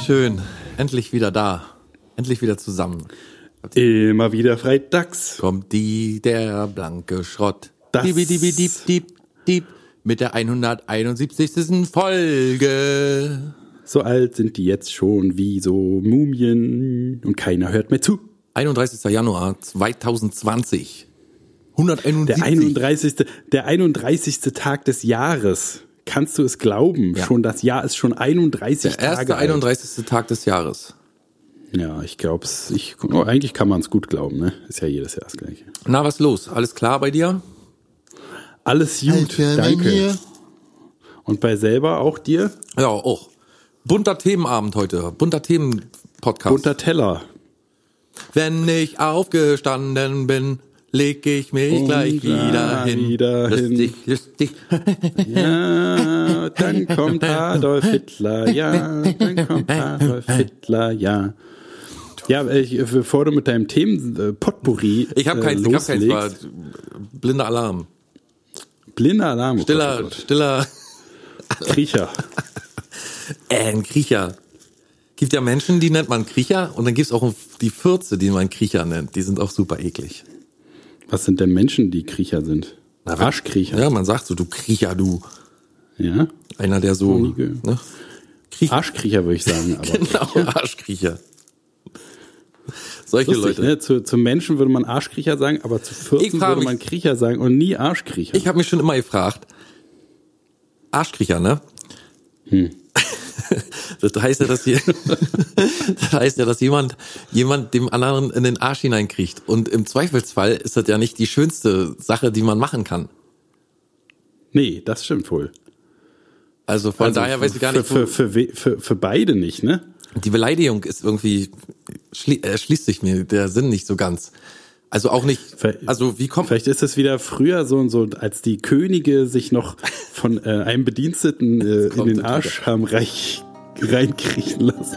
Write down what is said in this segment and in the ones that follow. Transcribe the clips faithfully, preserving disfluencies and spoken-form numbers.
schön. Endlich wieder da. Endlich wieder zusammen. Immer wieder freitags. Kommt die, der blanke Schrott. Das- Dieb, dieb, dieb, dieb, dieb. Mit der hunderteinundsiebzigsten Folge. So alt sind die jetzt schon wie so Mumien und keiner hört mehr zu. einunddreißigster Januar zweitausendzwanzig. hunderteinundsiebzig. Der einunddreißigste. Der einunddreißigste Tag des Jahres. Kannst du es glauben? Ja. Schon das Jahr ist schon einunddreißig Der erste Tage alt. einunddreißigste Tag des Jahres. Ja, ich glaub's. Ich, oh, eigentlich kann man es gut glauben, ne? Ist ja jedes Jahr das Gleiche. Na, was los? Alles klar bei dir? Alles gut, danke. Und bei selber auch dir? Ja, auch. Bunter Themenabend heute. Bunter Themen-Podcast. Bunter Teller. Wenn ich aufgestanden bin, leg ich mich Und gleich wieder da hin. wieder lustig, lustig. Ja, dann kommt Adolf Hitler, ja, dann kommt Adolf Hitler, ja. Ja, ich, bevor du mit deinem Themen-Potpourri Ich habe keins, äh, ich hab keins, war loslegst, blinder Alarm. blinder Alarm. oh Stiller, Gott, oh Gott. stiller, Kriecher. äh, ein Kriecher. Gibt ja Menschen, die nennt man Kriecher und dann gibt's auch die Fürze, die man Kriecher nennt. Die sind auch super eklig. Was sind denn Menschen, die Kriecher sind? Na, wenn- Arschkriecher. Ja, man sagt so, du Kriecher, du. Ja. Einer, der so, Nie gehört. ne? Kriech, Arschkriecher würde ich sagen, aber. genau, Arschkriecher. Solche Lustig, Leute. ne? Zu, zu Menschen würde man Arschkriecher sagen, aber zu Ich Fürsten frage würde man mich- Kriecher sagen und nie Arschkriecher. Ich habe mich schon immer gefragt, Arschkriecher, ne? Hm. Das heißt ja, dass hier, das heißt ja, dass jemand, jemand dem anderen in den Arsch hineinkriecht. Und im Zweifelsfall ist das ja nicht die schönste Sache, die man machen kann. Nee, das stimmt wohl. Also von Also daher für, weiß ich gar nicht, Für, wo, für, für, für, für beide nicht, ne? die Beleidigung ist irgendwie, schli äh, schließt sich mir der Sinn nicht so ganz. Also auch nicht, Vielleicht- also wie kommt, Vielleicht ist es wieder früher so und so, als die Könige sich noch von äh, einem Bediensteten äh, in kommt den das Arsch haben reich, reinkriechen lassen.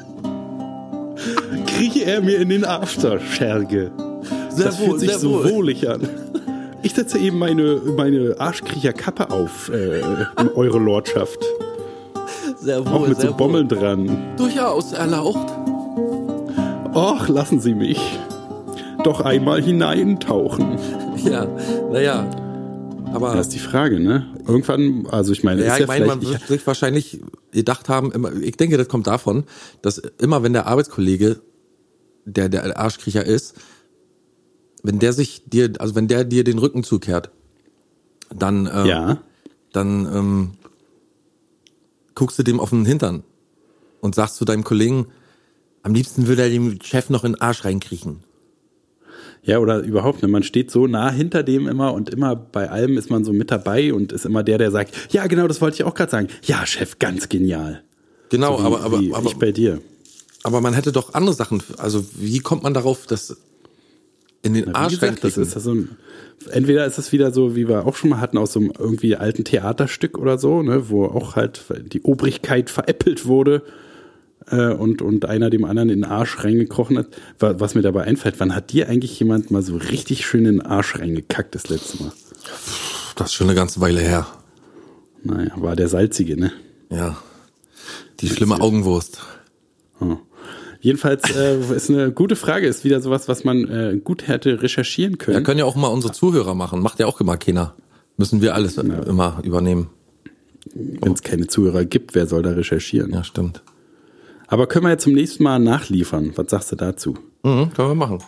Krieche er mir in den Afterscherge. Sehr Das wohl, fühlt sich sehr so wohl. wohlig an. Ich setze eben meine, meine Arschkriecherkappe auf, äh, eure Lordschaft. sehr Auch wohl, mit sehr so Bommeln dran. wohl. Durchaus erlaucht. Och, lassen Sie mich doch einmal hineintauchen. Ja, naja. Aber Das ist die Frage, ne? Irgendwann, also ich meine, ja, ist ja ich meine, man vielleicht, wird sich wahrscheinlich gedacht haben, immer, ich denke, das kommt davon, dass immer wenn der Arbeitskollege, der der Arschkriecher ist, wenn der sich dir, also wenn der dir den Rücken zukehrt, dann, ähm, ja, dann ähm, guckst du dem auf den Hintern und sagst zu deinem Kollegen, am liebsten würde er dem Chef noch in den Arsch reinkriechen. ja, oder überhaupt, ne? Man steht so nah hinter dem immer und immer bei allem ist man so mit dabei und ist immer der, der sagt, ja, genau, das wollte ich auch gerade sagen. Ja, Chef, ganz genial. Genau, So wie, aber aber wie aber, ich bei dir. aber man hätte doch andere Sachen. Also wie kommt man darauf, dass in den Na, wie Arsch gesagt, das reinkriechen? ist ja so ein, entweder ist es wieder so, wie wir auch schon mal hatten, aus so einem irgendwie alten Theaterstück oder so, ne, wo auch halt die Obrigkeit veräppelt wurde äh, und, und einer dem anderen in den Arsch reingekrochen hat. Wa- Was mir dabei einfällt, wann hat dir eigentlich jemand mal so richtig schön in den Arsch reingekackt das letzte Mal? Das ist schon eine ganze Weile her. Naja, war der salzige, ne? Ja. Die schlimme Augenwurst. Oh. Jedenfalls äh, ist eine gute Frage, ist wieder sowas, was man äh, gut hätte recherchieren Ja, können. können ja auch mal unsere Zuhörer machen. Macht ja auch immer keiner. Müssen wir alles immer übernehmen. Wenn es keine Zuhörer gibt, wer soll da recherchieren? Ja, stimmt. Aber können wir ja zum nächsten Mal nachliefern. Was sagst du dazu? Mhm, können wir machen.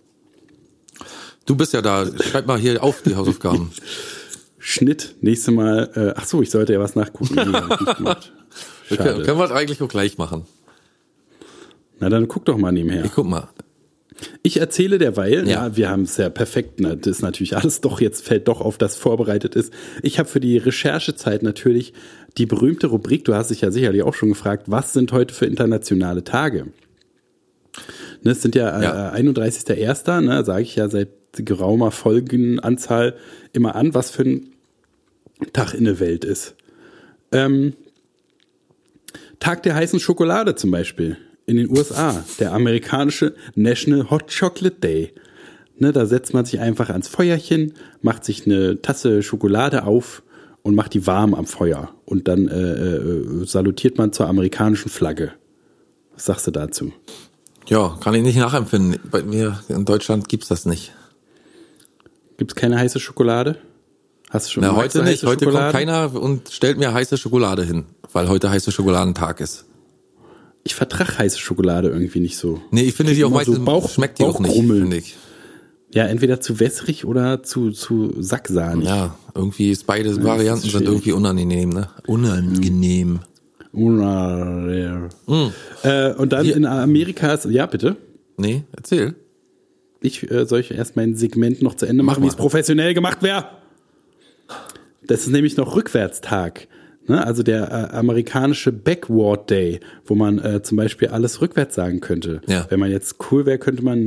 Du bist ja da. Schreib mal hier auf die Hausaufgaben. Schnitt, nächste Mal. Äh, ach so, ich sollte ja was nachgucken. Nee, hab ich nicht gemacht. Wir können, Schade. können wir es eigentlich auch gleich machen. Na dann guck doch mal nebenher. Ich guck mal. Ich erzähle derweil, Ja. ja, wir haben es ja perfekt, na, das ist natürlich alles doch, jetzt fällt doch auf, das vorbereitet ist. Ich habe für die Recherchezeit natürlich die berühmte Rubrik, du hast dich ja sicherlich auch schon gefragt, was sind heute für internationale Tage? Ne, es sind ja, Ja. äh, einunddreißigster erster, ne, sage ich ja seit geraumer Folgenanzahl immer an, was für ein Tag in der Welt ist. Ähm, Tag der heißen Schokolade zum Beispiel. In den U S A, der amerikanische National Hot Chocolate Day. Ne, da setzt man sich einfach ans Feuerchen, macht sich eine Tasse Schokolade auf und macht die warm am Feuer. Und dann äh, äh, salutiert man zur amerikanischen Flagge. Was sagst du dazu? Ja, kann ich nicht nachempfinden. Bei mir in Deutschland gibt's das nicht. Gibt's keine heiße Schokolade? Hast du schon Na, magst heute du nicht. heiße Heute Schokolade? kommt keiner und stellt mir heiße Schokolade hin, weil heute heiße Schokoladentag ist. Ich vertrag heiße Schokolade irgendwie nicht so. Nee, ich finde die auch Immer meistens, so Bauch- schmeckt die auch nicht, Bauchgrummeln. finde ich. Ja, entweder zu wässrig oder zu, zu sacksahnig. Ja, irgendwie ist beide das Varianten ist sind schwierig. irgendwie unangenehm, ne? Unangenehm. Mm. Äh, und dann Hier- in Amerika ist, ja bitte, Nee, erzähl. ich äh, soll ich erst mein Segment noch zu Ende machen, Mach wie es mal. professionell gemacht wäre. Das ist nämlich noch Rückwärtstag. Ne? Also der äh, amerikanische Backward Day, wo man äh, zum Beispiel alles rückwärts sagen könnte. Ja. Wenn man jetzt cool wäre, könnte man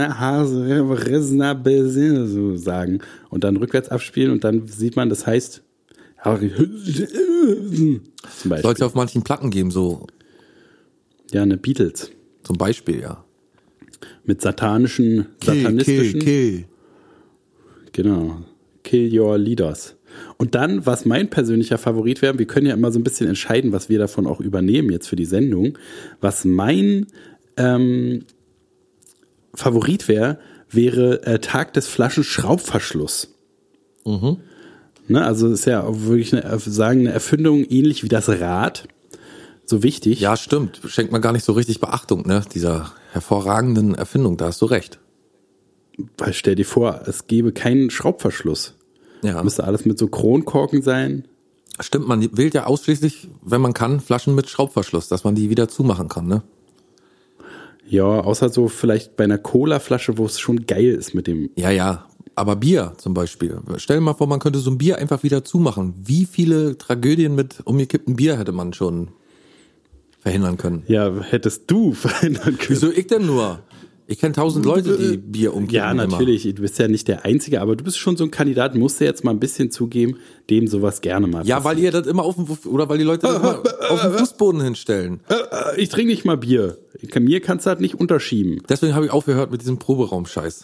so sagen und dann rückwärts abspielen und dann sieht man, das heißt zum Beispiel. Soll es ja auf manchen Platten geben, so Ja, eine Beatles. zum Beispiel, ja. Mit satanischen, satanistischen. kill. Genau. Kill your leaders. Und dann, was mein persönlicher Favorit wäre, wir können ja immer so ein bisschen entscheiden, was wir davon auch übernehmen jetzt für die Sendung. Was mein ähm, Favorit wäre, wäre äh, Tag des Flaschenschraubverschluss. Mhm. Ne, also ist ja auch wirklich eine, sagen, eine Erfindung ähnlich wie das Rad. So wichtig. Ja, stimmt. Schenkt man gar nicht so richtig Beachtung, ne? Dieser hervorragenden Erfindung, da hast du recht. Weil stell dir vor, es gäbe keinen Schraubverschluss. Ja. Müsste alles mit so Kronkorken sein. Stimmt, man wählt ja ausschließlich, wenn man kann, Flaschen mit Schraubverschluss, dass man die wieder zumachen kann, ne? Ja, außer so vielleicht bei einer Colaflasche, wo es schon geil ist mit dem. Ja, ja. Aber Bier zum Beispiel. Stell dir mal vor, man könnte so ein Bier einfach wieder zumachen. Wie viele Tragödien mit umgekipptem Bier hätte man schon verhindern können? Ja, hättest du verhindern können. Wieso ich denn nur? Ich kenne tausend Leute, die Bier umkippen. Ja, natürlich. Du bist ja nicht der Einzige, aber du bist schon so ein Kandidat, musst du jetzt mal ein bisschen zugeben, dem sowas gerne mal Ja, weil ihr das immer auf dem, oder weil die Leute das immer auf den Fußboden hinstellen. passiert. Ich trinke nicht mal Bier. Mir kannst du halt nicht unterschieben. Deswegen habe ich aufgehört mit diesem Proberaum-Scheiß.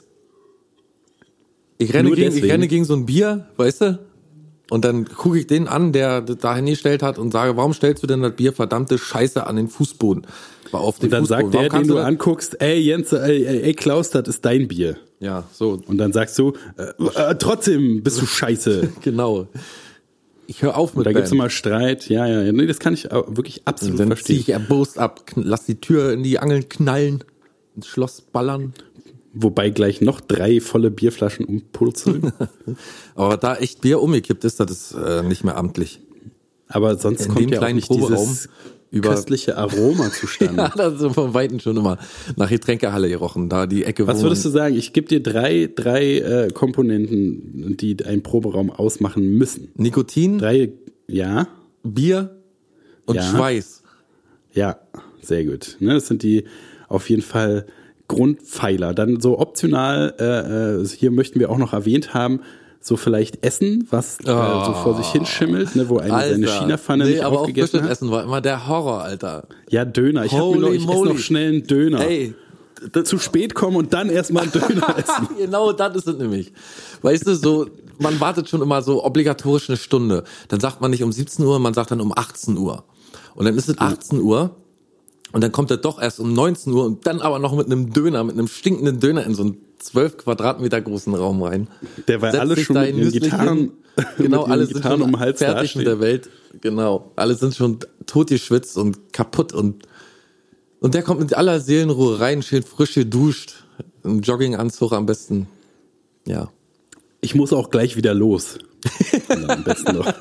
Ich renne, Nur gegen, ich deswegen? renne gegen so ein Bier, weißt du? Und dann gucke ich den an, der das da hingestellt hat und sage, warum stellst du denn das Bier verdammte Scheiße an den Fußboden? War auf den Und dann Fußboden. sagt der, Warum kannst den du das- anguckst, ey Jens, ey, ey, ey Klaus, das ist dein Bier. Ja, so, Und dann sagst du, äh, äh, trotzdem bist du scheiße. genau. Ich höre auf mit Und da gibt's Band. immer Streit. Ja, ja, ja. Nee, das kann ich auch wirklich absolut Dann ziehe verstehen. ich erbost ab, kn- lass die Tür in die Angeln knallen, ins Schloss ballern. Wobei gleich noch drei volle Bierflaschen umpurzeln. Aber da echt Bier umgekippt ist, das ist äh, nicht mehr amtlich. Aber sonst In kommt dem ja auch kleinen nicht Proberaum dieses über- köstliche Aroma zustande. Ja, das ist von Weitem schon immer nach Getränkehalle gerochen. Da die Ecke, Was wo würdest du man, sagen? Ich gebe dir drei, drei äh, Komponenten, die einen Proberaum ausmachen müssen. Nikotin, Drei, ja, Bier und Ja. Schweiß. ja, sehr gut. Ne, das sind die auf jeden Fall Grundpfeiler. Dann so optional, äh, äh, hier möchten wir auch noch erwähnt haben, so vielleicht Essen, was äh, so vor sich hinschimmelt, ne, wo einer seine China-Pfanne nee, nicht aber aufgegessen auch hat. Essen war immer der Horror, Alter. Ja, Döner. Ich, hab mir noch, Holy ich esse moly. noch schnell einen Döner. Ey, Zu spät kommen und dann erstmal einen Döner essen. genau das ist es nämlich. Weißt du, so, man wartet schon immer so obligatorisch eine Stunde. Dann sagt man nicht um siebzehn Uhr, man sagt dann um achtzehn Uhr. Und dann ist es achtzehn Uhr und dann kommt er doch erst um neunzehn Uhr und dann aber noch mit einem Döner, mit einem stinkenden Döner in so einen zwölf Quadratmeter großen Raum rein. Der war Setzt alles sich schon da mit in ihren Nüsslich Gitarren, hin. mit Genau, ihren alle sind Gitarren schon um den Hals fertig dastehen. mit der Welt. Genau, alle sind schon totgeschwitzt und kaputt und und der kommt mit aller Seelenruhe rein, schön frisch geduscht, im Jogginganzug am besten. Ja. Ich muss auch gleich wieder los. Ja, am besten noch.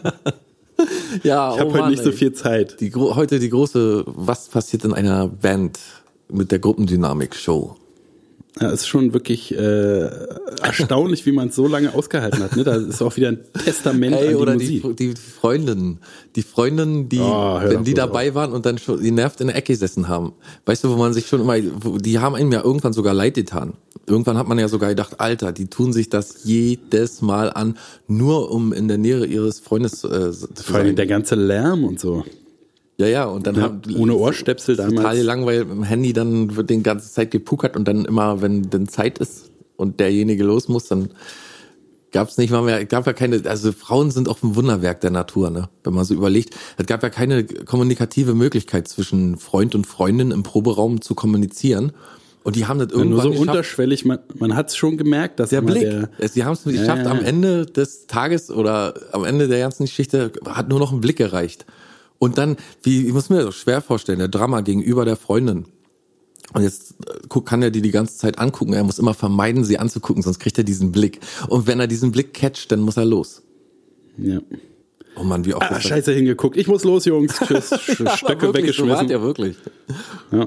Ja, Ich habe heute nicht so viel Zeit. Die, gro- heute die große, was passiert in einer Band mit der Gruppendynamik-Show? Ja, ist schon wirklich äh, erstaunlich, wie man es so lange ausgehalten hat. Ne? Da ist auch wieder ein Testament Ey, an die oder Musik. die, die Freundinnen. Die Freundinnen, die, Oh, hör wenn doch die bloß dabei waren und dann schon die nervt in der Ecke gesessen haben. Weißt du, wo man sich schon immer, wo- die haben einem ja irgendwann sogar leid getan. Irgendwann hat man ja sogar gedacht, Alter, die tun sich das jedes Mal an, nur um in der Nähe ihres Freundes äh, zu Vor allem sein. der ganze Lärm und so. Ja, ja, und dann Ja, haben ohne Ohrstöpsel total damals. langweilig mit dem Handy, dann wird die ganze Zeit gepukert und dann immer, wenn dann Zeit ist und derjenige los muss, dann gab's nicht mal mehr, gab ja keine, also Frauen sind auch ein Wunderwerk der Natur, ne? Wenn man so überlegt, es gab ja keine kommunikative Möglichkeit zwischen Freund und Freundin im Proberaum zu kommunizieren. Und die haben das irgendwann ja, nur so geschafft. Unterschwellig, man, man hat es schon gemerkt, dass der immer Blick, der, sie haben es geschafft, ja, ja. am Ende des Tages oder am Ende der ganzen Geschichte hat nur noch ein Blick gereicht. Und dann, wie, ich muss mir das schwer vorstellen, der Drama gegenüber der Freundin. Und jetzt guck, kann er die die ganze Zeit angucken. Er muss immer vermeiden, sie anzugucken, sonst kriegt er diesen Blick. Und wenn er diesen Blick catcht, dann muss er los. Ja. Oh Mann, wie oft. Ah, scheiße hingeguckt. Ich muss los, Jungs. Tschüss. Stöcke wirklich, weggeschmissen. So wart ja wirklich. Ja.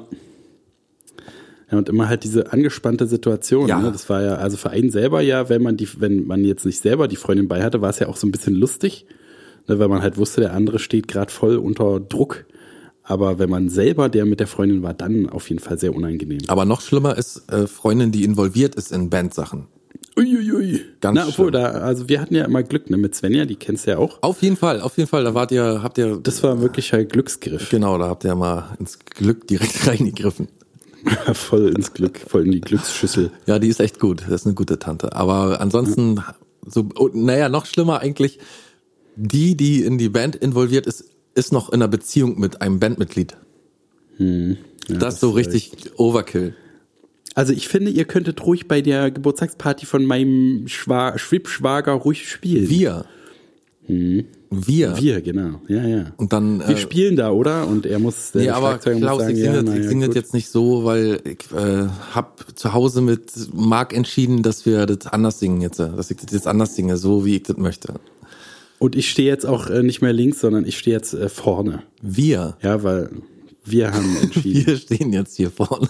Ja, und immer halt diese angespannte Situation. Ja. Ne? Das war ja, also für einen selber ja, wenn man die, wenn man jetzt nicht selber die Freundin bei hatte, war es ja auch so ein bisschen lustig, ne? Weil man halt wusste, der andere steht gerade voll unter Druck. Aber wenn man selber der mit der Freundin war, dann auf jeden Fall sehr unangenehm. Aber noch schlimmer ist äh, Freundin, die involviert ist in Bandsachen. Uiuiui. Ganz Na, obwohl, schlimm. da, also wir hatten ja immer Glück, ne, mit Svenja, die kennst du ja auch. Auf jeden Fall, auf jeden Fall. Da wart ihr, habt ihr. Das war wirklich halt Glücksgriff. Genau, da habt ihr mal ins Glück direkt reingegriffen. Voll ins Glück, voll in die Glücksschüssel. Ja, die ist echt gut. Das ist eine gute Tante. Aber ansonsten, ja. so, oh, naja, noch schlimmer eigentlich, die, die in die Band involviert ist, ist noch in einer Beziehung mit einem Bandmitglied. Hm. Ja, das ist so richtig echt. Overkill. Also ich finde, ihr könntet ruhig bei der Geburtstagsparty von meinem Schwa- Schwibschwager ruhig spielen. Wir. Hm. Wir. Wir, genau. Ja, ja. Und dann, wir äh, spielen da, oder? Und er muss, der nee, aber Schlagzeuger Klaus, muss sagen, ich ja, singe, ja, ich singe gut. jetzt nicht so, weil ich äh, hab zu Hause mit Marc entschieden, dass wir das anders singen jetzt, dass ich das jetzt anders singe, so wie ich das möchte. Und ich stehe jetzt auch äh, nicht mehr links, sondern ich stehe jetzt äh, vorne. Wir? Ja, weil wir haben entschieden. Wir stehen jetzt hier vorne.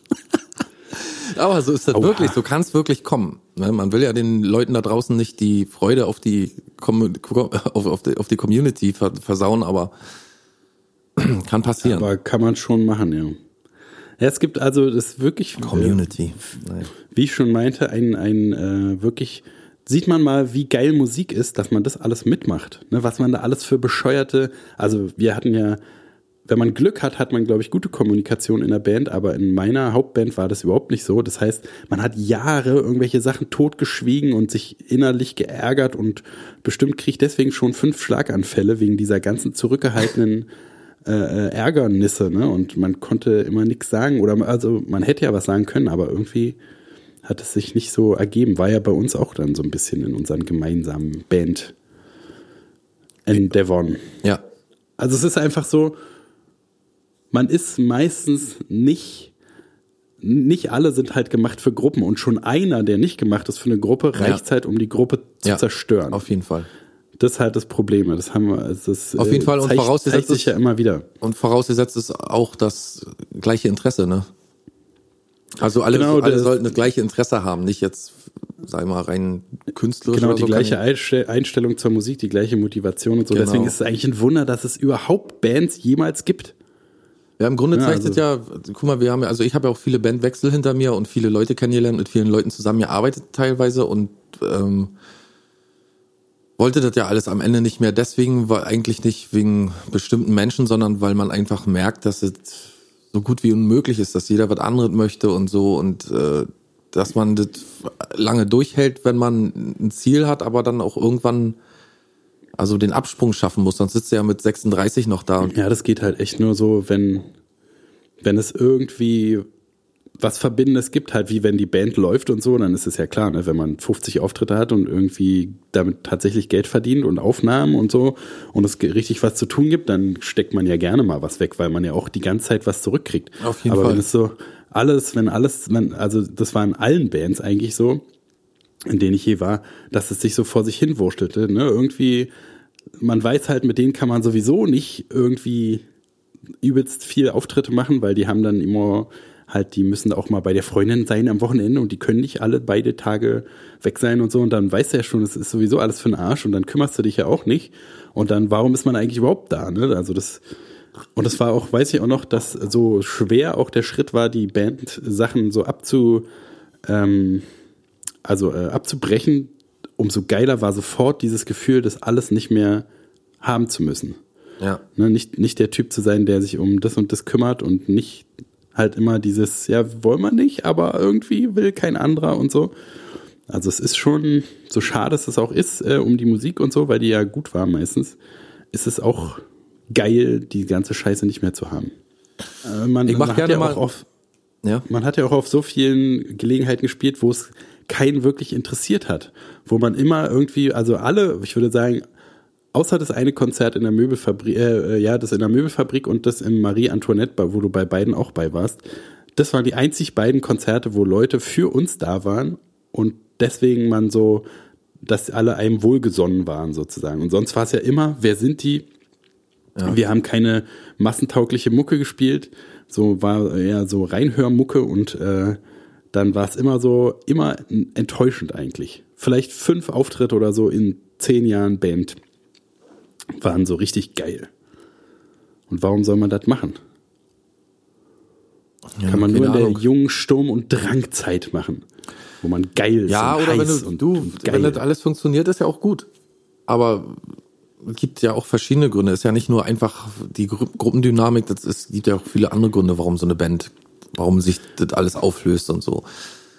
Aber so ist das Oha. wirklich, so kann es wirklich kommen. Man will ja den Leuten da draußen nicht die Freude auf die, auf, auf die, auf die Community versauen, aber kann passieren. Aber kann man schon machen, ja. Ja, es gibt also das wirklich Community. Äh, wie ich schon meinte, ein, ein äh, wirklich, sieht man mal, wie geil Musik ist, dass man das alles mitmacht. Ne, was man da alles für bescheuerte, also wir hatten ja, wenn man Glück hat, hat man, glaube ich, gute Kommunikation in der Band, aber in meiner Hauptband war das überhaupt nicht so. Das heißt, man hat Jahre irgendwelche Sachen totgeschwiegen und sich innerlich geärgert und bestimmt kriegt deswegen schon fünf Schlaganfälle wegen dieser ganzen zurückgehaltenen äh, Ärgernisse, ne? Und man konnte immer nichts sagen oder also man hätte ja was sagen können, aber irgendwie hat es sich nicht so ergeben. War ja bei uns auch dann so ein bisschen in unseren gemeinsamen Band Endeavon. Ja. Also es ist einfach so, man ist meistens nicht, nicht alle sind halt gemacht für Gruppen und schon einer, der nicht gemacht ist für eine Gruppe, reicht ja. halt, um die Gruppe zu ja, zerstören. Auf jeden Fall. Das ist halt das Problem. Das haben wir, das auf jeden Fall und zeigt, vorausgesetzt zeigt sich ja immer wieder. Und vorausgesetzt ist auch das gleiche Interesse, ne? Also alle, genau, alle das, sollten das gleiche Interesse haben, nicht jetzt, sag ich mal, rein künstlerisch genau, oder so. Genau, die gleiche Einstellung zur Musik, die gleiche Motivation und so. Genau. Deswegen ist es eigentlich ein Wunder, dass es überhaupt Bands jemals gibt. Ja, im Grunde ja, zeigt es also, ja, guck mal, wir haben ja, also ich habe ja auch viele Bandwechsel hinter mir und viele Leute kennengelernt, mit vielen Leuten zusammengearbeitet teilweise und ähm, wollte das ja alles am Ende nicht mehr deswegen, war eigentlich nicht wegen bestimmten Menschen, sondern weil man einfach merkt, dass es so gut wie unmöglich ist, dass jeder was anderes möchte und so und äh, dass man das lange durchhält, wenn man ein Ziel hat, aber dann auch irgendwann also den Absprung schaffen muss, sonst sitzt er ja mit sechsunddreißig noch da. Und ja, das geht halt echt nur so, wenn, wenn es irgendwie was Verbindendes gibt, halt wie wenn die Band läuft und so, dann ist es ja klar, ne, wenn man fünfzig Auftritte hat und irgendwie damit tatsächlich Geld verdient und Aufnahmen und so und es richtig was zu tun gibt, dann steckt man ja gerne mal was weg, weil man ja auch die ganze Zeit was zurückkriegt. Auf jeden Aber Fall. wenn es so alles, wenn alles, wenn, also das war in allen Bands eigentlich so, in denen ich je war, dass es sich so vor sich hin wurstelte, ne, irgendwie, man weiß halt, mit denen kann man sowieso nicht irgendwie übelst viel Auftritte machen, weil die haben dann immer halt, die müssen auch mal bei der Freundin sein am Wochenende und die können nicht alle beide Tage weg sein und so und dann weißt du ja schon, es ist sowieso alles für den Arsch und dann kümmerst du dich ja auch nicht und dann, warum ist man eigentlich überhaupt da, ne, also das, und das war auch, weiß ich auch noch, dass so schwer auch der Schritt war, die Band-Sachen so abzu, ähm, also äh, abzubrechen, umso geiler war sofort dieses Gefühl, das alles nicht mehr haben zu müssen. Ja. Ne, nicht, nicht der Typ zu sein, der sich um das und das kümmert und nicht halt immer dieses, ja, wollen wir nicht, aber irgendwie will kein anderer und so. Also es ist schon, so schade es auch ist, äh, um die Musik und so, weil die ja gut war meistens, ist es auch geil, die ganze Scheiße nicht mehr zu haben. Äh, man, ich mach man gerne hat ja mal auch auf, ja. man hat ja auch auf so vielen Gelegenheiten gespielt, wo es keinen wirklich interessiert hat. Wo man immer irgendwie, also alle, ich würde sagen, außer das eine Konzert in der Möbelfabrik, äh, ja, das in der Möbelfabrik und das im Marie Antoinette, wo du bei beiden auch bei warst, das waren die einzig beiden Konzerte, wo Leute für uns da waren und deswegen man so, dass alle einem wohlgesonnen waren sozusagen. Und sonst war es ja immer, wer sind die? Ja. Wir haben keine massentaugliche Mucke gespielt, so war eher so Reinhörmucke und äh, dann war es immer so, immer enttäuschend eigentlich. Vielleicht fünf Auftritte oder so in zehn Jahren Band waren so richtig geil. Und warum soll man das machen? Ja, kann man nur in der Ahnung. jungen Sturm- und Drangzeit machen, wo man geil ist Ja, und oder wenn heiß du, und, du und geil. wenn das alles funktioniert, ist ja auch gut. Aber es gibt ja auch verschiedene Gründe. Es ist ja nicht nur einfach die Gru Gruppendynamik, das ist, gibt ja auch viele andere Gründe, warum so eine Band, warum sich das alles auflöst und so.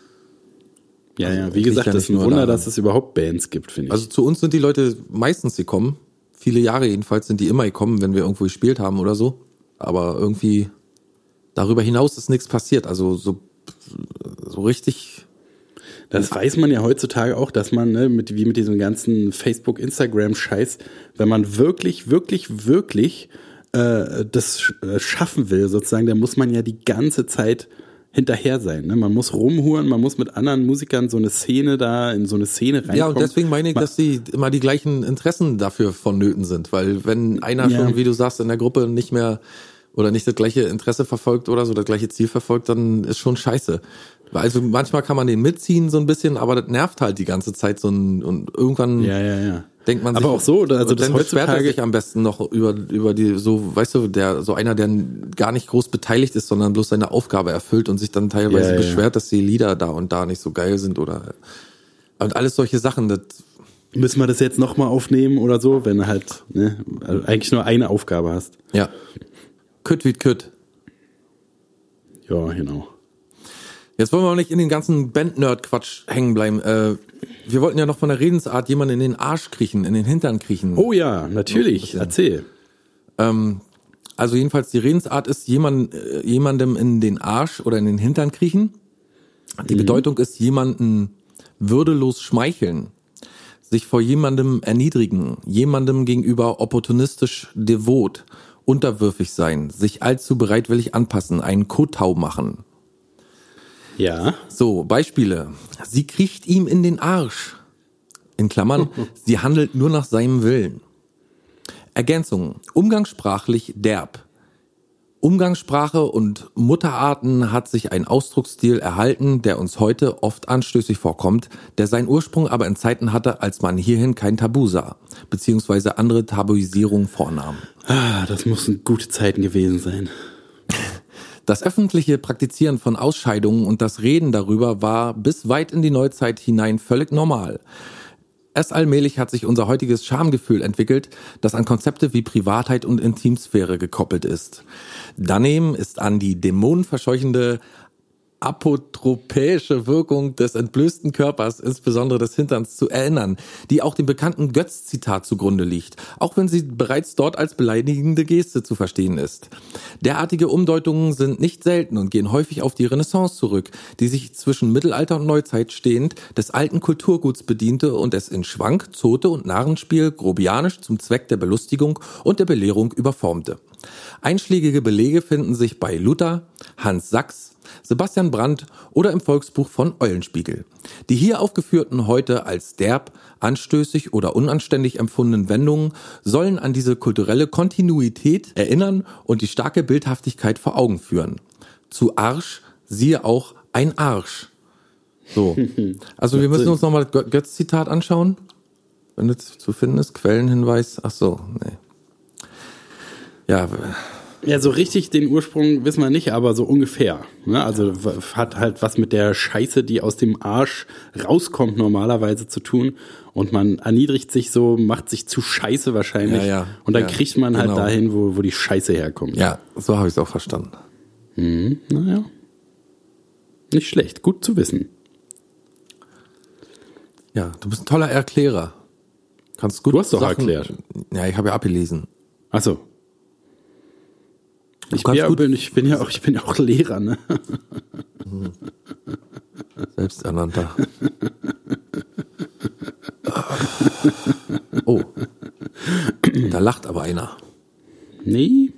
Ja, ja, Also, wie gesagt, ja das ist ein nur Wunder, daran. dass es überhaupt Bands gibt, finde ich. Also zu uns sind die Leute meistens gekommen. Viele Jahre jedenfalls sind die immer gekommen, wenn wir irgendwo gespielt haben oder so. Aber irgendwie darüber hinaus ist nichts passiert. Also so, so richtig. Das weiß man ja heutzutage auch, dass man, ne, mit, wie mit diesem ganzen Facebook, Instagram-Scheiß, wenn man wirklich, wirklich, wirklich äh, das sch äh, schaffen will, sozusagen, dann muss man ja die ganze Zeit hinterher sein. Ne? Man muss rumhuren, man muss mit anderen Musikern so eine Szene da, in so eine Szene reinkommen. Ja, und deswegen meine ich, dass die immer die gleichen Interessen dafür vonnöten sind. Weil wenn einer Ja. schon, wie du sagst, in der Gruppe nicht mehr oder nicht das gleiche Interesse verfolgt oder so, das gleiche Ziel verfolgt, dann ist schon scheiße. Also manchmal kann man den mitziehen so ein bisschen, aber das nervt halt die ganze Zeit so ein, und irgendwann Ja, ja, ja. denkt man sich. Aber auch so, oder? Also und das dann beschwert er heutzutage- sich am besten noch über, über die, so, weißt du, der, so einer, der gar nicht groß beteiligt ist, sondern bloß seine Aufgabe erfüllt und sich dann teilweise Ja, ja, beschwert, dass die Lieder da und da nicht so geil sind oder, und alles solche Sachen, das, Müssen wir das jetzt nochmal aufnehmen oder so, wenn du halt ne, also eigentlich nur eine Aufgabe hast. ja. Kütt wie Kütt. Ja, genau. Jetzt wollen wir auch nicht in den ganzen Band-Nerd-Quatsch hängen bleiben. Äh, wir wollten ja noch von der Redensart jemanden in den Arsch kriechen, in den Hintern kriechen. Oh ja, natürlich. Erzähl. Ähm, also jedenfalls die Redensart ist jemand, äh, jemandem in den Arsch oder in den Hintern kriechen. Die Bedeutung ist jemanden würdelos schmeicheln, sich vor jemandem erniedrigen, jemandem gegenüber opportunistisch devot, unterwürfig sein, sich allzu bereitwillig anpassen, einen Kotau machen. Ja. So, Beispiele. Sie kriecht ihm in den Arsch. In Klammern, sie handelt nur nach seinem Willen. Ergänzung. Umgangssprachlich derb. Umgangssprache und Mutterarten hat sich ein Ausdrucksstil erhalten, der uns heute oft anstößig vorkommt, der seinen Ursprung aber in Zeiten hatte, als man hierhin kein Tabu sah, beziehungsweise andere Tabuisierungen vornahm. Ah, das müssen gute Zeiten gewesen sein. Das öffentliche Praktizieren von Ausscheidungen und das Reden darüber war bis weit in die Neuzeit hinein völlig normal. Erst allmählich hat sich unser heutiges Schamgefühl entwickelt, das an Konzepte wie Privatheit und Intimsphäre gekoppelt ist. Daneben ist an die dämonenverscheuchende apotropäische Wirkung des entblößten Körpers, insbesondere des Hinterns, zu erinnern, die auch dem bekannten Götz-Zitat zugrunde liegt, auch wenn sie bereits dort als beleidigende Geste zu verstehen ist. Derartige Umdeutungen sind nicht selten und gehen häufig auf die Renaissance zurück, die sich zwischen Mittelalter und Neuzeit stehend des alten Kulturguts bediente und es in Schwank, Zote und Narrenspiel grobianisch zum Zweck der Belustigung und der Belehrung überformte. Einschlägige Belege finden sich bei Luther, Hans Sachs, Sebastian Brandt oder im Volksbuch von Eulenspiegel. Die hier aufgeführten heute als derb, anstößig oder unanständig empfundenen Wendungen sollen an diese kulturelle Kontinuität erinnern und die starke Bildhaftigkeit vor Augen führen. Zu Arsch siehe auch ein Arsch. So. Also wir müssen uns nochmal das Götz-Zitat anschauen. Wenn das zu finden ist, Quellenhinweis. Ach so, nee. Ja, Ja, so richtig den Ursprung wissen wir nicht, aber so ungefähr. Ne? Also w- hat halt was mit der Scheiße, die aus dem Arsch rauskommt, normalerweise zu tun. Und man erniedrigt sich so, macht sich zu Scheiße wahrscheinlich. Ja, ja. Und dann Ja, kriegt man halt genau. dahin, wo, wo die Scheiße herkommt. ja, so habe ich es auch verstanden. Hm, naja. Nicht schlecht, gut zu wissen. Ja, du bist ein toller Erklärer. Kannst gut Du hast doch Sachen, erklärt. Ja, ich habe ja abgelesen. Ach so. Ich kannst bin, ja, gut- bin, ich bin ja auch, ich bin ja auch Lehrer, ne? Selbsternannter. Oh. Da lacht aber einer. Nee.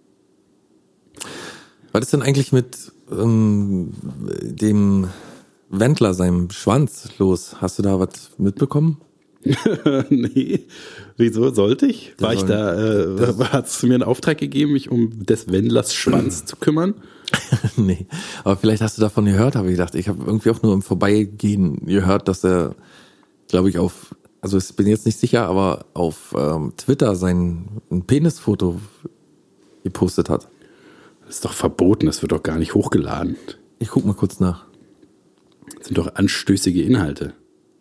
Was ist denn eigentlich mit ähm, dem Wendler, seinem Schwanz, los? Hast du da was mitbekommen? Nee. Wieso sollte ich? Der War ich soll- da, äh, hast du mir einen Auftrag gegeben, mich um des Wendlers Schwanz zu kümmern? Nee, aber vielleicht hast du davon gehört, habe ich gedacht. Ich habe irgendwie auch nur im Vorbeigehen gehört, dass er, glaube ich, auf, also ich bin jetzt nicht sicher, aber auf ähm, Twitter sein ein Penisfoto gepostet hat. Das ist doch verboten, das wird doch gar nicht hochgeladen. Ich guck mal kurz nach. Das sind doch anstößige Inhalte.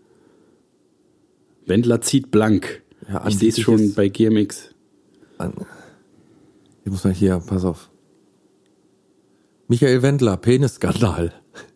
Wendler zieht blank. Ja, ich sehe es schon angebliches- bei G M X. An- Ich muss mal hier, pass auf. Michael Wendler, Penisskandal.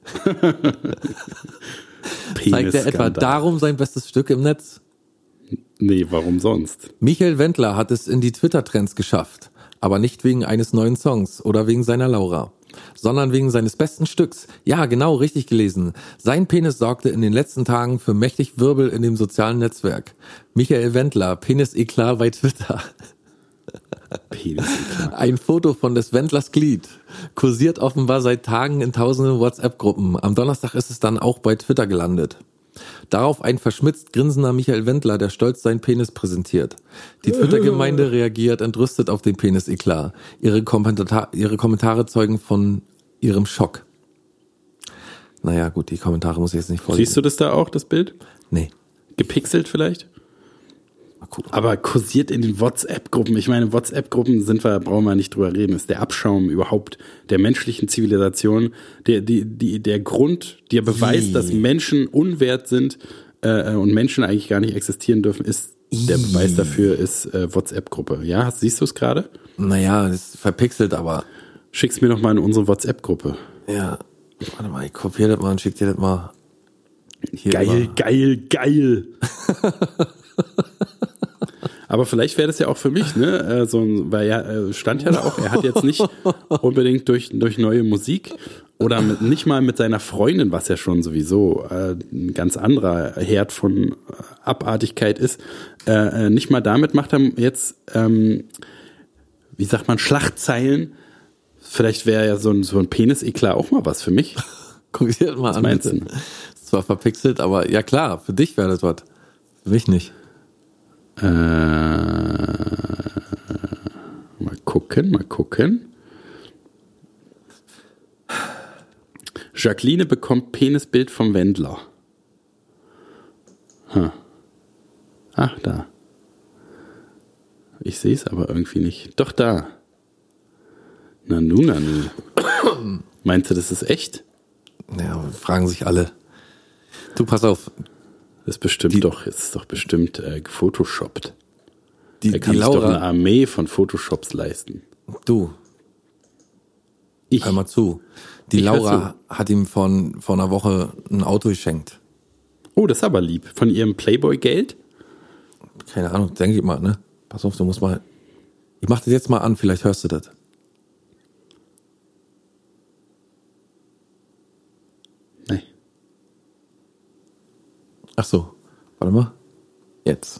Zeigt er etwa Penisskandal. darum sein bestes Stück im Netz? Nee, warum sonst? Michael Wendler hat es in die Twitter-Trends geschafft, aber nicht wegen eines neuen Songs oder wegen seiner Laura, sondern wegen seines besten Stücks. Ja, genau, richtig gelesen. Sein Penis sorgte in den letzten Tagen für mächtig Wirbel in dem sozialen Netzwerk. Michael Wendler, Penis-Eklat bei Twitter. Penisskandal. Ein Foto von des Wendlers Glied kursiert offenbar seit Tagen in tausenden WhatsApp-Gruppen. Am Donnerstag ist es dann auch bei Twitter gelandet. Darauf ein verschmitzt grinsender Michael Wendler, der stolz seinen Penis präsentiert. Die Twitter-Gemeinde reagiert entrüstet auf den Penis-Eklat. Ihre, Kommentata- ihre Kommentare zeugen von ihrem Schock. Naja, gut, die Kommentare muss ich jetzt nicht vorlesen. Siehst du das da auch, das Bild? Nee. Gepixelt vielleicht? Mal gucken. Aber kursiert in den WhatsApp-Gruppen. Ich meine, WhatsApp-Gruppen sind wir, brauchen wir nicht drüber reden. Das ist der Abschaum überhaupt der menschlichen Zivilisation. Der, die, die, der Grund, der Beweis, Ih. dass Menschen unwert sind äh, und Menschen eigentlich gar nicht existieren dürfen, ist der Ih. Beweis dafür ist äh, WhatsApp-Gruppe. Ja, siehst du es gerade? Naja, das ist verpixelt, aber Schick's mir doch mal in unsere WhatsApp-Gruppe. ja. Warte mal, ich kopiere das mal und schick dir das mal. Hier Geil, über. geil, geil. Aber vielleicht wäre das ja auch für mich, ne? Äh, so ein, weil er äh, stand ja da auch, er hat jetzt nicht unbedingt durch, durch neue Musik oder mit, nicht mal mit seiner Freundin, was ja schon sowieso äh, ein ganz anderer Herd von äh, Abartigkeit ist, äh, äh, nicht mal damit macht er jetzt, ähm, wie sagt man, Schlachtzeilen. Vielleicht wäre ja so ein, so ein Penis-Eklat auch mal was für mich. Guck dir das mal Was an. meinst bitte. du? Ist zwar verpixelt, aber ja klar, für dich wäre das was. Für mich nicht. Äh, mal gucken, mal gucken. Jacqueline bekommt Penisbild vom Wendler. Hm. Ach, da. Ich sehe es aber irgendwie nicht. Doch, da. Nanu, nanu. Meinst du, das ist echt? Ja, fragen sich alle. Du, pass auf. Das ist bestimmt Die- doch, das ist doch bestimmt äh, gefotoshoppt. Die, Er kann die sich doch eine Laura, Armee von Photoshops leisten. du, Ich. hör mal zu. Die Ich hör Laura hat ihm von, vor einer Woche ein Auto geschenkt. Oh, das ist aber lieb. Von ihrem Playboy-Geld? Keine Ahnung, denke ich mal, ne? Pass auf, du musst mal. Ich mach das jetzt mal an, vielleicht hörst du das. Nee. Ach so, warte mal. Jetzt.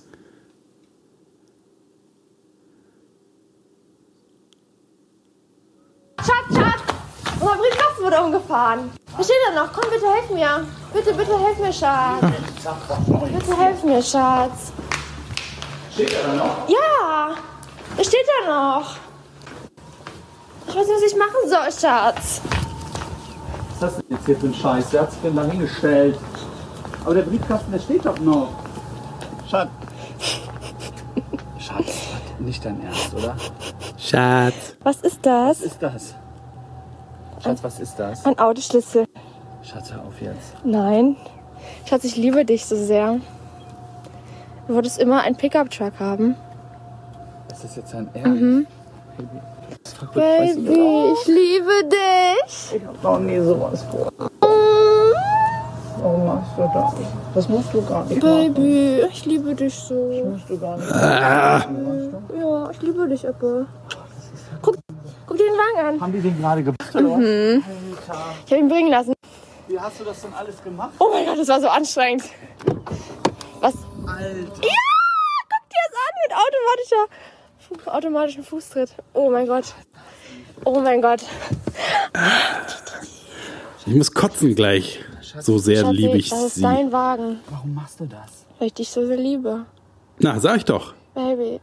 Schatz, Schatz! Unser Briefkasten wurde umgefahren. Was steht da noch? Komm, bitte helf mir. Bitte, bitte helf mir, Schatz. Bitte helf mir, Schatz. Steht da noch? Ja, es steht da noch. Ich weiß nicht, was ich machen soll, Schatz. Was ist das denn jetzt hier für ein Scheiß? Der hat sich denn da hingestellt. Aber der Briefkasten, der steht doch noch. Schatz. Schatz, nicht dein Ernst, oder? Schatz. Was ist das? Was ist das? Schatz, was ist das? Ein Autoschlüssel. Schatz, hör auf jetzt. Nein. Schatz, ich liebe dich so sehr. Du wolltest immer einen Pickup-Truck haben. Ist das jetzt dein Ernst? Baby, ich liebe dich. Ich hab noch nie sowas vor. Warum machst du da? Das musst du gar nicht Baby, machen. Ich liebe dich so. Das musst du gar nicht ah. machen. Ja, ich liebe dich, Apple. Guck, guck dir den Wagen an. Haben die den gerade gebracht, oder mhm. Alter. Ich habe ihn bringen lassen. Wie hast du das denn alles gemacht? Oh mein Gott, das war so anstrengend. Was? Alter. Ja, guck dir das an mit automatischer, automatischem Fußtritt. Oh mein Gott. Oh mein Gott. Ich muss kotzen gleich. So sehr Schatzi, liebe ich das ist sie. dein Wagen. Warum machst du das? Weil ich dich so sehr liebe. Na, sag ich doch. Baby.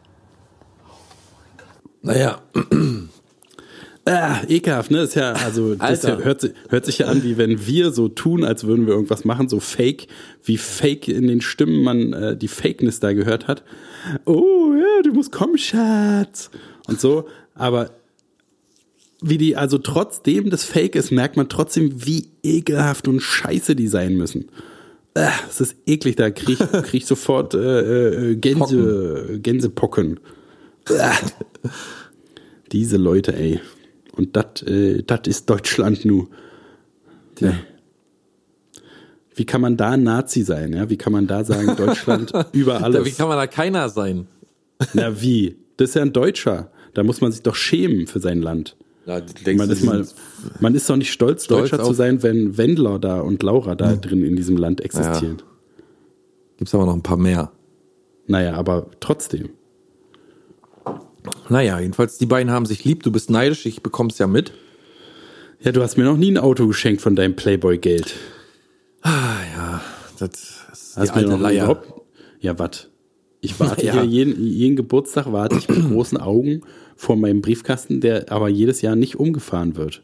Naja. Ah, ekelhaft, ne? Ist ja, also, das ja, hört, hört sich ja an, wie wenn wir so tun, als würden wir irgendwas machen, so fake, wie fake in den Stimmen man äh, die Fakeness da gehört hat. Oh, ja, du musst kommen, Schatz. Und so, aber wie die, also trotzdem das Fake ist, merkt man trotzdem, wie ekelhaft und scheiße die sein müssen. Ah, das ist eklig, da krieg, krieg ich sofort äh, äh, Gänse, Pocken. Gänsepocken. Ah. Diese Leute, ey. Und das äh, ist Deutschland nu. Ja. Wie kann man da Nazi sein? Ja? Wie kann man da sagen, Deutschland über alles? Wie kann man da keiner sein? Na wie? Das ist ja ein Deutscher. Da muss man sich doch schämen für sein Land. Ja, denkst man, du, ist mal, man ist doch nicht stolz, stolz Deutscher zu sein, wenn Wendler da und Laura da hm. drin in diesem Land existieren. Naja. Gibt's aber noch ein paar mehr. Naja, aber trotzdem. Naja, jedenfalls, die beiden haben sich lieb, du bist neidisch, ich bekomm's ja mit. Ja, du hast mir noch nie ein Auto geschenkt von deinem Playboy-Geld. Ah, ja, das ist die hast alte Leier. Überhaupt? Ja, wat? Ich warte ja. hier, jeden, jeden Geburtstag warte ich mit großen Augen vor meinem Briefkasten, der aber jedes Jahr nicht umgefahren wird.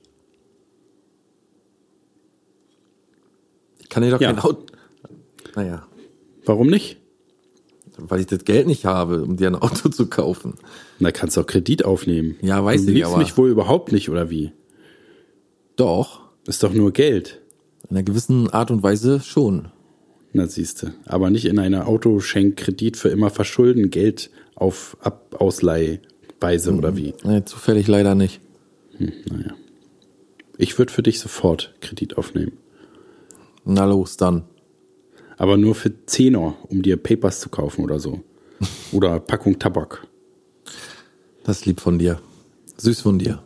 Ich kann dir doch ja. kein Auto... Naja. Warum nicht? Weil ich das Geld nicht habe, um dir ein Auto zu kaufen. Na, kannst du auch Kredit aufnehmen. Ja, weiß du ich, aber... Du liebst mich wohl überhaupt nicht, oder wie? Doch. Ist doch nur Geld. In einer gewissen Art und Weise schon. Na, siehste. Aber nicht in einer Autoschenkkredit für immer verschulden, Geld auf Ab- Ausleihweise, mhm. oder wie? Nee, zufällig leider nicht. Hm, naja. Ich würde für dich sofort Kredit aufnehmen. Na los, dann. Aber nur für Zehner, um dir Papers zu kaufen oder so. Oder Packung Tabak. Das ist lieb von dir. Süß von dir.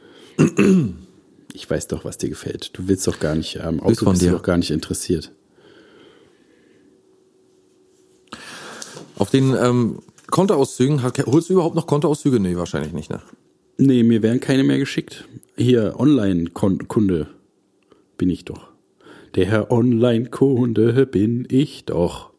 Ich weiß doch, was dir gefällt. Du willst doch gar nicht, am Auto Süß von bist dir. du doch gar nicht interessiert. Auf den ähm, Kontoauszügen, holst du überhaupt noch Kontoauszüge? Nee, wahrscheinlich nicht, ne? Nee, mir werden keine mehr geschickt. Hier, Online-Kunde bin ich doch. Der Herr Online-Kunde bin ich doch.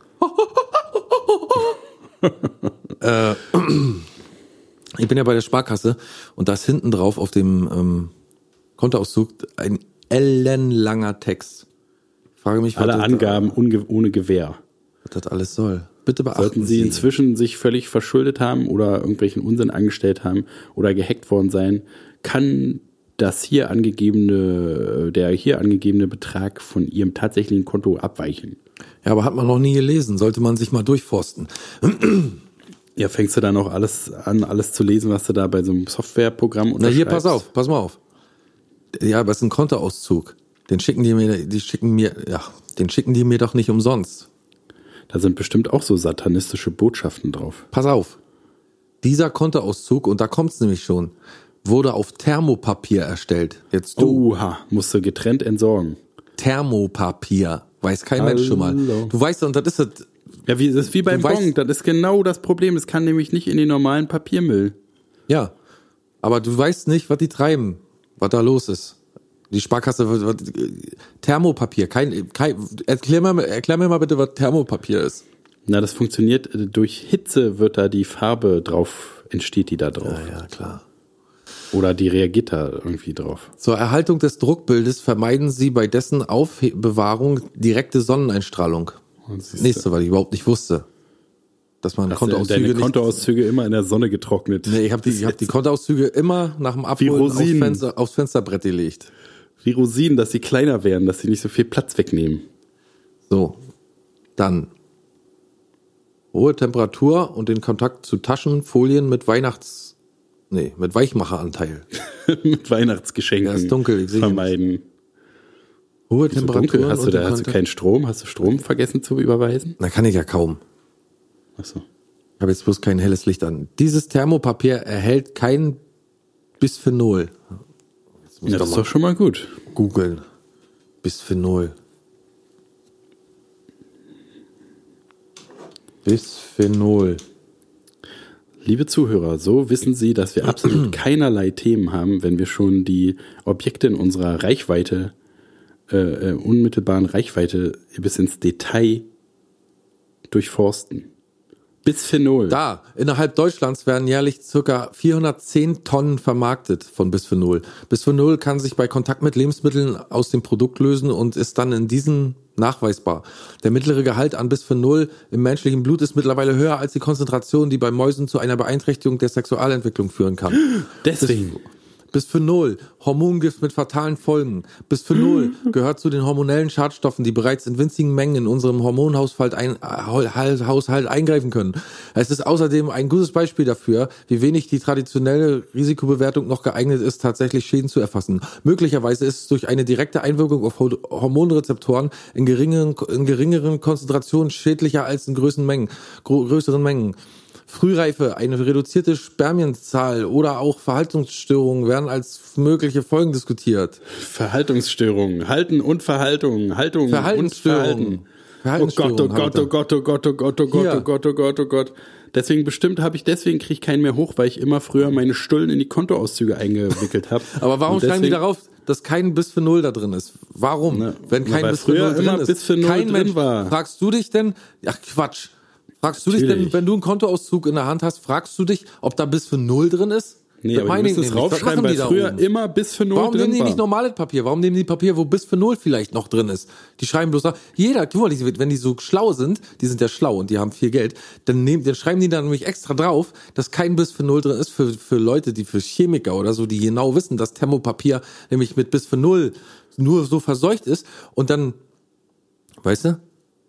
äh, ich bin ja bei der Sparkasse und da ist hinten drauf auf dem ähm, Kontoauszug ein ellenlanger Text. Ich frage mich, was alle das Angaben unge- ohne Gewähr. Was das alles soll. Bitte beachten Sollten Sie, Sie inzwischen sich völlig verschuldet haben oder irgendwelchen Unsinn angestellt haben oder gehackt worden sein, kann das hier angegebene, der hier angegebene Betrag von Ihrem tatsächlichen Konto abweichen. Ja, aber hat man noch nie gelesen, sollte man sich mal durchforsten. Ja, fängst du dann auch alles an, alles zu lesen, was du da bei so einem Softwareprogramm unterschreibst? Na hier, pass auf, pass mal auf. Ja, aber es ist ein Kontoauszug. Den schicken die mir, die schicken mir, ja, den schicken die mir doch nicht umsonst. Da sind bestimmt auch so satanistische Botschaften drauf. Pass auf. Dieser Kontoauszug, und da kommt's nämlich schon, wurde auf Thermopapier erstellt. Jetzt du. Oha, musst du getrennt entsorgen. Thermopapier. Weiß kein Hallo. Mensch schon mal. Du weißt, und das ist das. Ja, wie, das ist wie beim Bon. Das ist genau das Problem. Es kann nämlich nicht in den normalen Papiermüll. Ja. Aber du weißt nicht, was die treiben, was da los ist. Die Sparkasse, was, Thermopapier. Kein, kein, erklär, mal, erklär mir mal bitte, was Thermopapier ist. Na, das funktioniert, durch Hitze wird da die Farbe drauf, entsteht die da drauf. Ja, ja, klar. Oder die reagiert da irgendwie drauf. Zur Erhaltung des Druckbildes vermeiden Sie bei dessen Aufbewahrung direkte Sonneneinstrahlung. Das nächste, was ich überhaupt nicht wusste. Dass man Kontoauszüge deine Kontoauszüge immer in der Sonne getrocknet. Nee, ich habe die, ich hab die Kontoauszüge immer nach dem Abholen aufs, Fenster, aufs Fensterbrett gelegt. Wie Rosinen, dass sie kleiner werden, dass sie nicht so viel Platz wegnehmen. So, dann hohe Temperatur und den Kontakt zu Taschenfolien mit Weihnachts... Nee, mit Weichmacheranteil. Mit Weihnachtsgeschenken ja, ist dunkel, ich sehe vermeiden. Hohe So Temperaturen. dunkel. Hast du und da im hast du Kontakt- keinen Strom? Hast du Strom vergessen zu überweisen? Na, kann ich ja kaum. Achso. Ich habe jetzt bloß kein helles Licht an. Dieses Thermopapier erhält kein Bisphenol. Jetzt muss Ja, ich das ist mal doch schon mal gut. googeln. Bisphenol. Bisphenol. Liebe Zuhörer, so wissen Sie, dass wir absolut keinerlei Themen haben, wenn wir schon die Objekte in unserer Reichweite, äh, äh, unmittelbaren Reichweite bis ins Detail durchforsten. Bisphenol. Da, innerhalb Deutschlands werden jährlich ca. vierhundertzehn Tonnen vermarktet von Bisphenol. Bisphenol kann sich bei Kontakt mit Lebensmitteln aus dem Produkt lösen und ist dann in diesen nachweisbar. Der mittlere Gehalt an Bisphenol im menschlichen Blut ist mittlerweile höher als die Konzentration, die bei Mäusen zu einer Beeinträchtigung der Sexualentwicklung führen kann. Deswegen. Bisphenol, Hormongift mit fatalen Folgen. Bisphenol gehört zu den hormonellen Schadstoffen, die bereits in winzigen Mengen in unserem Hormonhaushalt ein, Haushalt eingreifen können. Es ist außerdem ein gutes Beispiel dafür, wie wenig die traditionelle Risikobewertung noch geeignet ist, tatsächlich Schäden zu erfassen. Möglicherweise ist es durch eine direkte Einwirkung auf Hormonrezeptoren in geringeren, in geringeren Konzentrationen schädlicher als in größeren Mengen, größeren Mengen. Frühreife, eine reduzierte Spermienzahl oder auch Verhaltensstörungen werden als mögliche Folgen diskutiert. Verhaltensstörungen. Halten und Verhaltung. Haltung und Verhaltensstörungen. Verhalten. Oh Gott, oh Gott, oh Gott, oh Gott, oh Gott, oh Gott, Hier. oh Gott, oh Gott, oh Gott. Deswegen bestimmt habe ich, deswegen kriege ich keinen mehr hoch, weil ich immer früher meine Stullen in die Kontoauszüge eingewickelt habe. Aber warum Und schreiben die deswegen- darauf, dass kein Bisphenol da drin ist? Warum? Ne, Wenn na, kein weil Bisphenol früher drin immer ist. Bisphenol kein drin Mensch, war. Fragst du dich denn, ach Quatsch, fragst du dich Natürlich. denn, wenn du einen Kontoauszug in der Hand hast, fragst du dich, ob da Bisphenol drin ist? Nee, Das aber meine du ich musst es nämlich. Was raufschreiben, machen weil die da früher oben? immer Bisphenol Warum drin nehmen die war. nicht normales Papier? Warum nehmen die Papier, wo Bisphenol vielleicht noch drin ist? Die schreiben bloß, jeder, guck mal, die- wenn die so schlau sind, die sind ja schlau und die haben viel Geld, dann, nehmen, dann schreiben die da nämlich extra drauf, dass kein Bisphenol drin ist für, für Leute, die für Chemiker oder so, die genau wissen, dass Thermopapier nämlich mit Bisphenol nur so verseucht ist und dann, weißt du,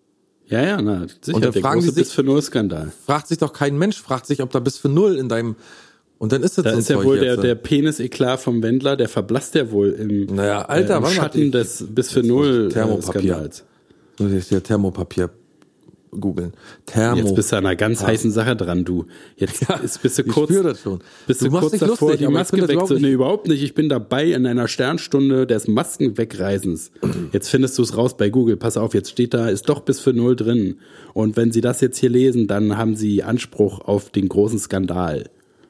Ja, ja, na, sicher, Und dann der fragen große die sich- Bisphenol-Skandal. fragt sich doch kein Mensch, fragt sich, ob da Bisphenol in deinem, und dann ist das Da so ein ist ja Zeug wohl der, jetzt. der Penis-Eklat vom Wendler, der verblasst ja wohl im, Naja, Alter, äh, im warte mal, Schatten ich- des Thermopapier. Bisphenol-Skandals. Muss ich hier Thermopapier googeln. Thermo. Jetzt bist du an einer ganz Ja. heißen Sache dran, du. Jetzt Ja, ist, bist du ich kurz, spür das schon. bist du Du machst kurz dich davor, lustig, die aber ich Maske find das überhaupt wegzunehmen. nicht- Nee, überhaupt nicht. Ich bin dabei in einer Sternstunde des Maskenwegreisens. Jetzt findest du es raus bei Google. Pass auf, jetzt steht da, ist doch Bisphenol drin. Und wenn Sie das jetzt hier lesen, dann haben Sie Anspruch auf den großen Skandal.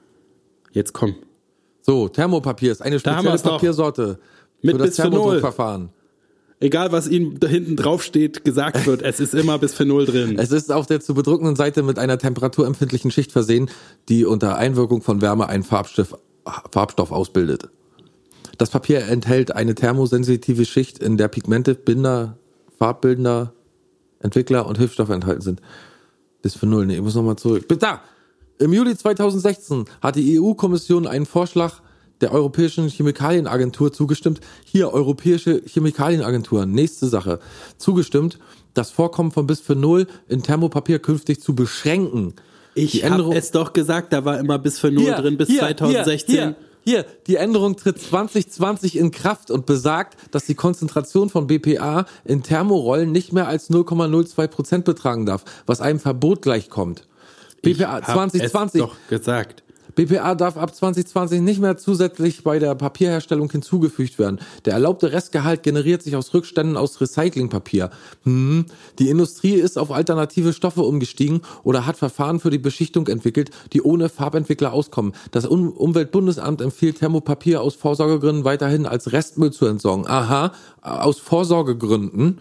Jetzt komm. So, Thermopapier ist eine Da haben spezielle wir's doch. Papiersorte Mit für das Bisphenol. Thermodruckverfahren. Egal, was Ihnen da hinten drauf steht, gesagt wird, es ist immer Bisphenol drin. Es ist auf der zu bedruckenden Seite mit einer temperaturempfindlichen Schicht versehen, die unter Einwirkung von Wärme einen Farbstoff, Farbstoff ausbildet. Das Papier enthält eine thermosensitive Schicht, in der Pigmente, Binder, Farbbildender, Entwickler und Hilfsstoffe enthalten sind. Bisphenol, nee, ich muss nochmal zurück. Bitte da! Im Juli zweitausendsechzehn hat die E U-Kommission einen Vorschlag der Europäischen Chemikalienagentur zugestimmt. Hier, Europäische Chemikalienagentur, nächste Sache. Zugestimmt, das Vorkommen von Bisphenol in Thermopapier künftig zu beschränken. Ich Die habe Änderung- es doch gesagt, da war immer Bisphenol drin bis zweitausendsechzehn. Hier, hier, hier, die Änderung tritt zwanzig zwanzig in Kraft und besagt, dass die Konzentration von B P A in Thermorollen nicht mehr als null Komma null zwei Prozent betragen darf, was einem Verbot gleichkommt. B P A Ich hab zwanzig zwanzig. es doch gesagt. B P A darf ab zwanzig zwanzig nicht mehr zusätzlich bei der Papierherstellung hinzugefügt werden. Der erlaubte Restgehalt generiert sich aus Rückständen aus Recyclingpapier. Hm. Die Industrie ist auf alternative Stoffe umgestiegen oder hat Verfahren für die Beschichtung entwickelt, die ohne Farbentwickler auskommen. Das Um- Umweltbundesamt empfiehlt Thermopapier aus Vorsorgegründen weiterhin als Restmüll zu entsorgen. Aha, aus Vorsorgegründen.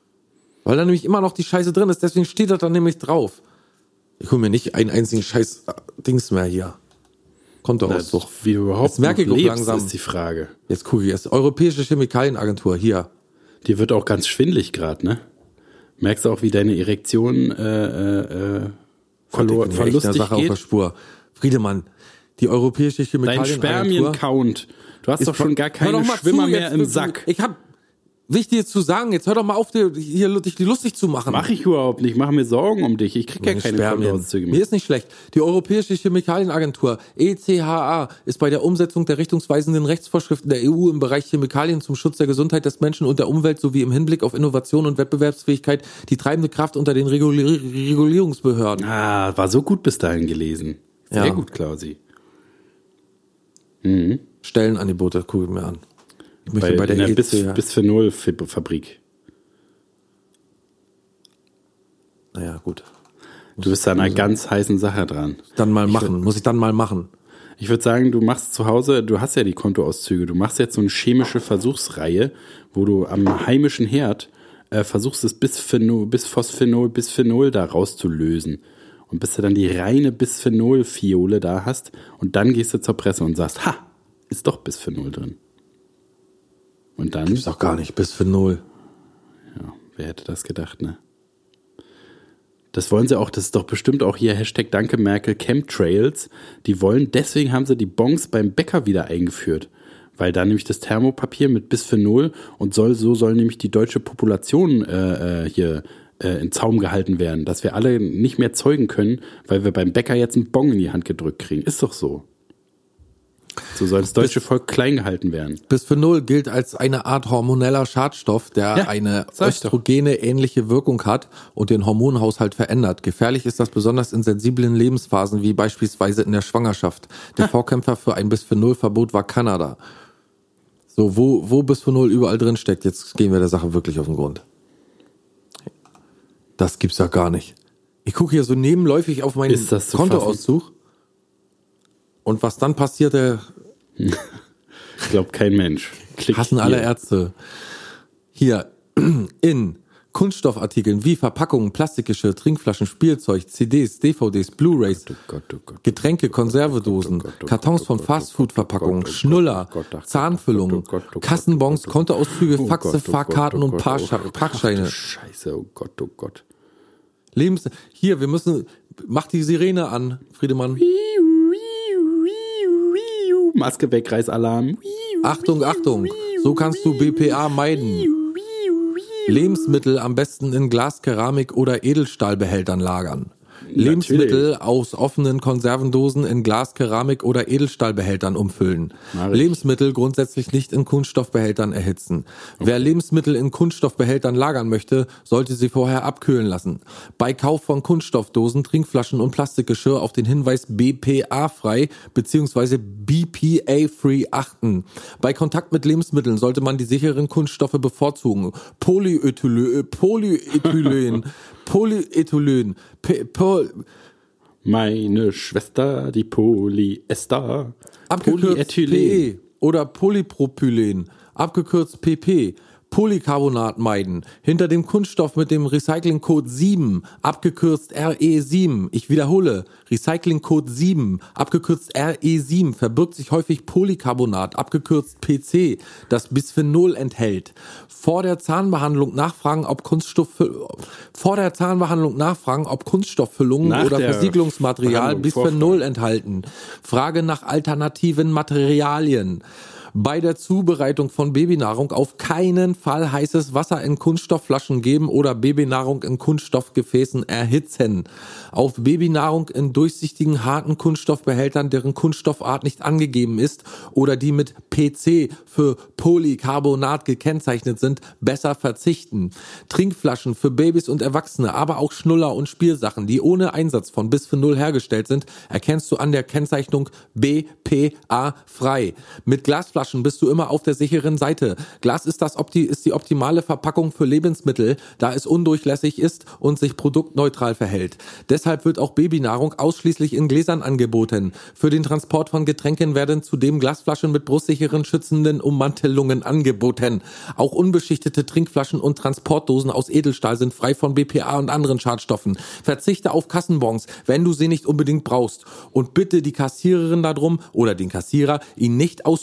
Weil da nämlich immer noch die Scheiße drin ist, deswegen steht das da nämlich drauf. Ich hole mir nicht einen einzigen Scheiß äh, Dings mehr hier. Kontoauszug. Wie du überhaupt Jetzt merke ich noch auch lebst, langsam. ist die Frage. Jetzt gucke ich erst. Europäische Chemikalienagentur, hier. Dir wird auch ganz schwindelig gerade, ne? Merkst du auch, wie deine Erektion äh, äh, verlor, Ich bin ja echt einer verlustig Sache auf der geht? Spur. Friedemann, die Europäische Dein Chemikalienagentur. Spermien-Count. Du hast ist doch schon gar Hör doch keine mal Schwimmer zu, mehr jetzt- im Sack. Ich hab, Wichtig jetzt zu sagen, jetzt hör doch mal auf, dir hier dich lustig zu machen. Mach ich überhaupt nicht, mach mir Sorgen um dich. Ich krieg ja Meine keine Spermien. Kontoauszüge Mir mehr. ist nicht schlecht. Die Europäische Chemikalienagentur E C H A ist bei der Umsetzung der richtungsweisenden Rechtsvorschriften der E U im Bereich Chemikalien zum Schutz der Gesundheit des Menschen und der Umwelt sowie im Hinblick auf Innovation und Wettbewerbsfähigkeit die treibende Kraft unter den Regulier- Regulierungsbehörden. Ah, war so gut bis dahin gelesen. Sehr Ja. gut, Klausi. Stellenangebote, gucke ich mir an. Ich möchte Bei, bei der in der E Bis, C H A. Bisphenol-Fabrik. Naja, gut. Du bist an einer ganz heißen Sache dran. Dann mal machen. Muss ich dann mal machen. Ich würde sagen, du machst zu Hause, du hast ja die Kontoauszüge, du machst jetzt so eine chemische Versuchsreihe, wo du am heimischen Herd äh, versuchst, das Bisphenol, Bisphosphenol, Bisphenol da rauszulösen. Und bis du dann die reine Bisphenol-Fiole da hast und dann gehst du zur Presse und sagst, ha, ist doch Bisphenol drin. Und dann... Ist doch gar nicht Bisphenol. Ja, wer hätte das gedacht, ne? Das wollen sie auch, das ist doch bestimmt auch hier Hashtag Danke Merkel Chemtrails. Die wollen, deswegen haben sie die Bons beim Bäcker wieder eingeführt. Weil da nämlich das Thermopapier mit Bisphenol und soll, so soll nämlich die deutsche Population äh, hier äh, in Zaum gehalten werden. Dass wir alle nicht mehr zeugen können, weil wir beim Bäcker jetzt einen Bon in die Hand gedrückt kriegen. Ist doch so. So soll das deutsche Volk klein gehalten werden. Bisphenol gilt als eine Art hormoneller Schadstoff, der Ja, eine sag ich doch. Östrogene-ähnliche Wirkung hat und den Hormonhaushalt verändert. Gefährlich ist das besonders in sensiblen Lebensphasen, wie beispielsweise in der Schwangerschaft. Der Vorkämpfer für ein Bisphenol-Verbot war Kanada. So, wo, wo Bisphenol überall drin steckt, jetzt gehen wir der Sache wirklich auf den Grund. Das gibt's ja gar nicht. Ich gucke hier so nebenläufig auf meinen Ist das zu Kontoauszug. Und was dann passierte, Glaubt kein Mensch. Klick hassen hier. alle Ärzte. Hier, in Kunststoffartikeln wie Verpackungen, Plastikgeschirr, Trinkflaschen, Spielzeug, C Ds, D V Ds, Blu-Rays, Oh Gott, oh Gott. Getränke, Konservedosen, Gott, oh Gott, Kartons oh von Gott, Fastfood-Verpackungen, oh Gott, oh Gott, Schnuller, oh Gott, oh Gott, Zahnfüllungen, oh Gott, oh Gott, Kassenbons, oh Gott, Kontoauszüge, oh Faxe, Gott, oh Fahrkarten Gott, oh und Gott, Parksche- oh Gott, Parkscheine. ach du Scheiße, oh Gott, oh Gott. Lebens Hier, wir müssen, mach die Sirene an, Friedemann. Maske weg, Reisalarm. Achtung, Achtung, so kannst du B P A meiden. Lebensmittel am besten in Glas, Keramik oder Edelstahlbehältern lagern. Lebensmittel aus offenen Konservendosen in Glas, Keramik oder Edelstahlbehältern umfüllen. Mach ich. Lebensmittel grundsätzlich nicht in Kunststoffbehältern erhitzen. Wer Lebensmittel in Kunststoffbehältern lagern möchte, sollte sie vorher abkühlen lassen. Bei Kauf von Kunststoffdosen, Trinkflaschen und Plastikgeschirr auf den Hinweis B P A-frei bzw. B P A-free achten. Bei Kontakt mit Lebensmitteln sollte man die sicheren Kunststoffe bevorzugen. Polyethylen, Polyethylen, Polyethylen, P- Pol- Meine Schwester, die Polyester. abgekürzt P E oder Polypropylen, abgekürzt P P, Polycarbonat meiden, hinter dem Kunststoff mit dem Recyclingcode sieben, abgekürzt R E sieben, ich wiederhole, Recyclingcode sieben, abgekürzt R E sieben, verbirgt sich häufig Polycarbonat, abgekürzt P C, das Bisphenol enthält. Vor der Zahnbehandlung nachfragen, ob Kunststoff, vor der Zahnbehandlung nachfragen, ob Kunststofffüllungen Nach oder der Versiegelungsmaterial Behandlung Bisphenol enthalten. Frage nach alternativen Materialien. Bei der Zubereitung von Babynahrung auf keinen Fall heißes Wasser in Kunststoffflaschen geben oder Babynahrung in Kunststoffgefäßen erhitzen. Auf Babynahrung in durchsichtigen, harten Kunststoffbehältern, deren Kunststoffart nicht angegeben ist oder die mit P C für Polycarbonat gekennzeichnet sind, besser verzichten. Trinkflaschen für Babys und Erwachsene, aber auch Schnuller und Spielsachen, die ohne Einsatz von Bisphenol hergestellt sind, erkennst du an der Kennzeichnung B P A-frei. Mit Glasflaschen bist du immer auf der sicheren Seite. Glas ist, das Opti- ist die optimale Verpackung für Lebensmittel, da es undurchlässig ist und sich produktneutral verhält. Deshalb wird auch Babynahrung ausschließlich in Gläsern angeboten. Für den Transport von Getränken werden zudem Glasflaschen mit brustsicheren schützenden Ummantelungen angeboten. Auch unbeschichtete Trinkflaschen und Transportdosen aus Edelstahl sind frei von B P A und anderen Schadstoffen. Verzichte auf Kassenbons, wenn du sie nicht unbedingt brauchst. Und bitte die Kassiererin darum oder den Kassierer, ihn nicht auszudrucken.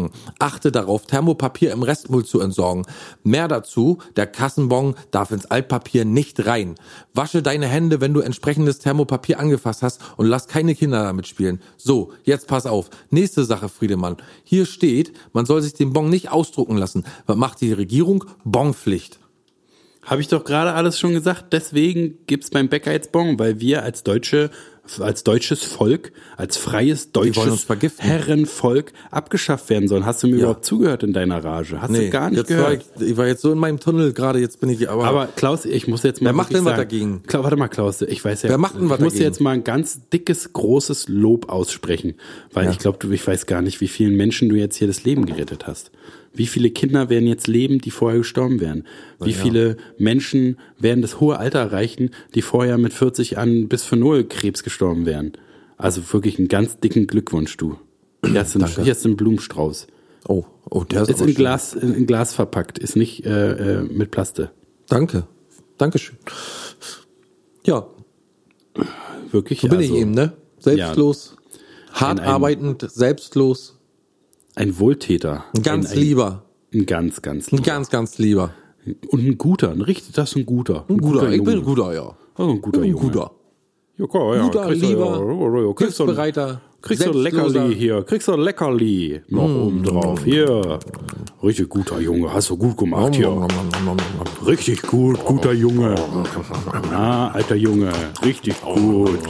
tragen. Achte darauf, Thermopapier im Restmüll zu entsorgen. Mehr dazu, der Kassenbon darf ins Altpapier nicht rein. Wasche deine Hände, wenn du entsprechendes Thermopapier angefasst hast und lass keine Kinder damit spielen. So, jetzt pass auf. Nächste Sache, Friedemann. Hier steht, man soll sich den Bon nicht ausdrucken lassen. Was macht die Regierung? Bonpflicht. Habe ich doch gerade alles schon gesagt. Deswegen gibt's beim Bäcker jetzt Bon, weil wir als Deutsche, als deutsches Volk, als freies deutsches Herrenvolk abgeschafft werden sollen. Hast du mir ja. überhaupt zugehört in deiner Rage? Hast nee, du gar nicht jetzt gehört? War ich, ich war jetzt so in meinem Tunnel gerade, jetzt bin ich aber... Aber Klaus, ich muss jetzt mal Wer macht denn was sagen, dagegen? Klaus, warte mal, Klaus, ich weiß ja... Wer macht denn was ich muss dagegen? jetzt mal ein ganz dickes, großes Lob aussprechen, weil ja. ich glaube, du, ich weiß gar nicht, wie vielen Menschen du jetzt hier das Leben gerettet hast. Wie viele Kinder werden jetzt leben, die vorher gestorben wären? Wie ja. viele Menschen werden das hohe Alter erreichen, die vorher mit vierzig an bis für null Krebs gestorben wären? Also wirklich einen ganz dicken Glückwunsch, du. Hier hast du einen, hier hast du einen Blumenstrauß. Oh, oh, der ist, ist in Glas, in, in Glas verpackt, ist nicht äh, mit Plaste. Danke, Dankeschön. Ja, wirklich. So bin also, ich eben, ne? Selbstlos, ja. hart ein, ein, arbeitend, selbstlos. Ein Wohltäter. Ein ganz ein, ein, lieber. Ein ganz, ganz lieber. Ein ganz, ganz lieber. Und ein guter, ein richtig, das ist ein guter. Ein, ein guter, guter ich bin ein guter, ja. Also ein guter ein Junge. Guter. Ja, klar, ja. Guter, kriegst lieber, du, ja, kriegst hilfsbereiter, kriegst du Leckerli hier, kriegst du Leckerli noch mm. oben drauf. Hier, richtig guter Junge, hast du gut gemacht hier. Richtig gut, guter Junge. Ah, alter Junge, richtig gut.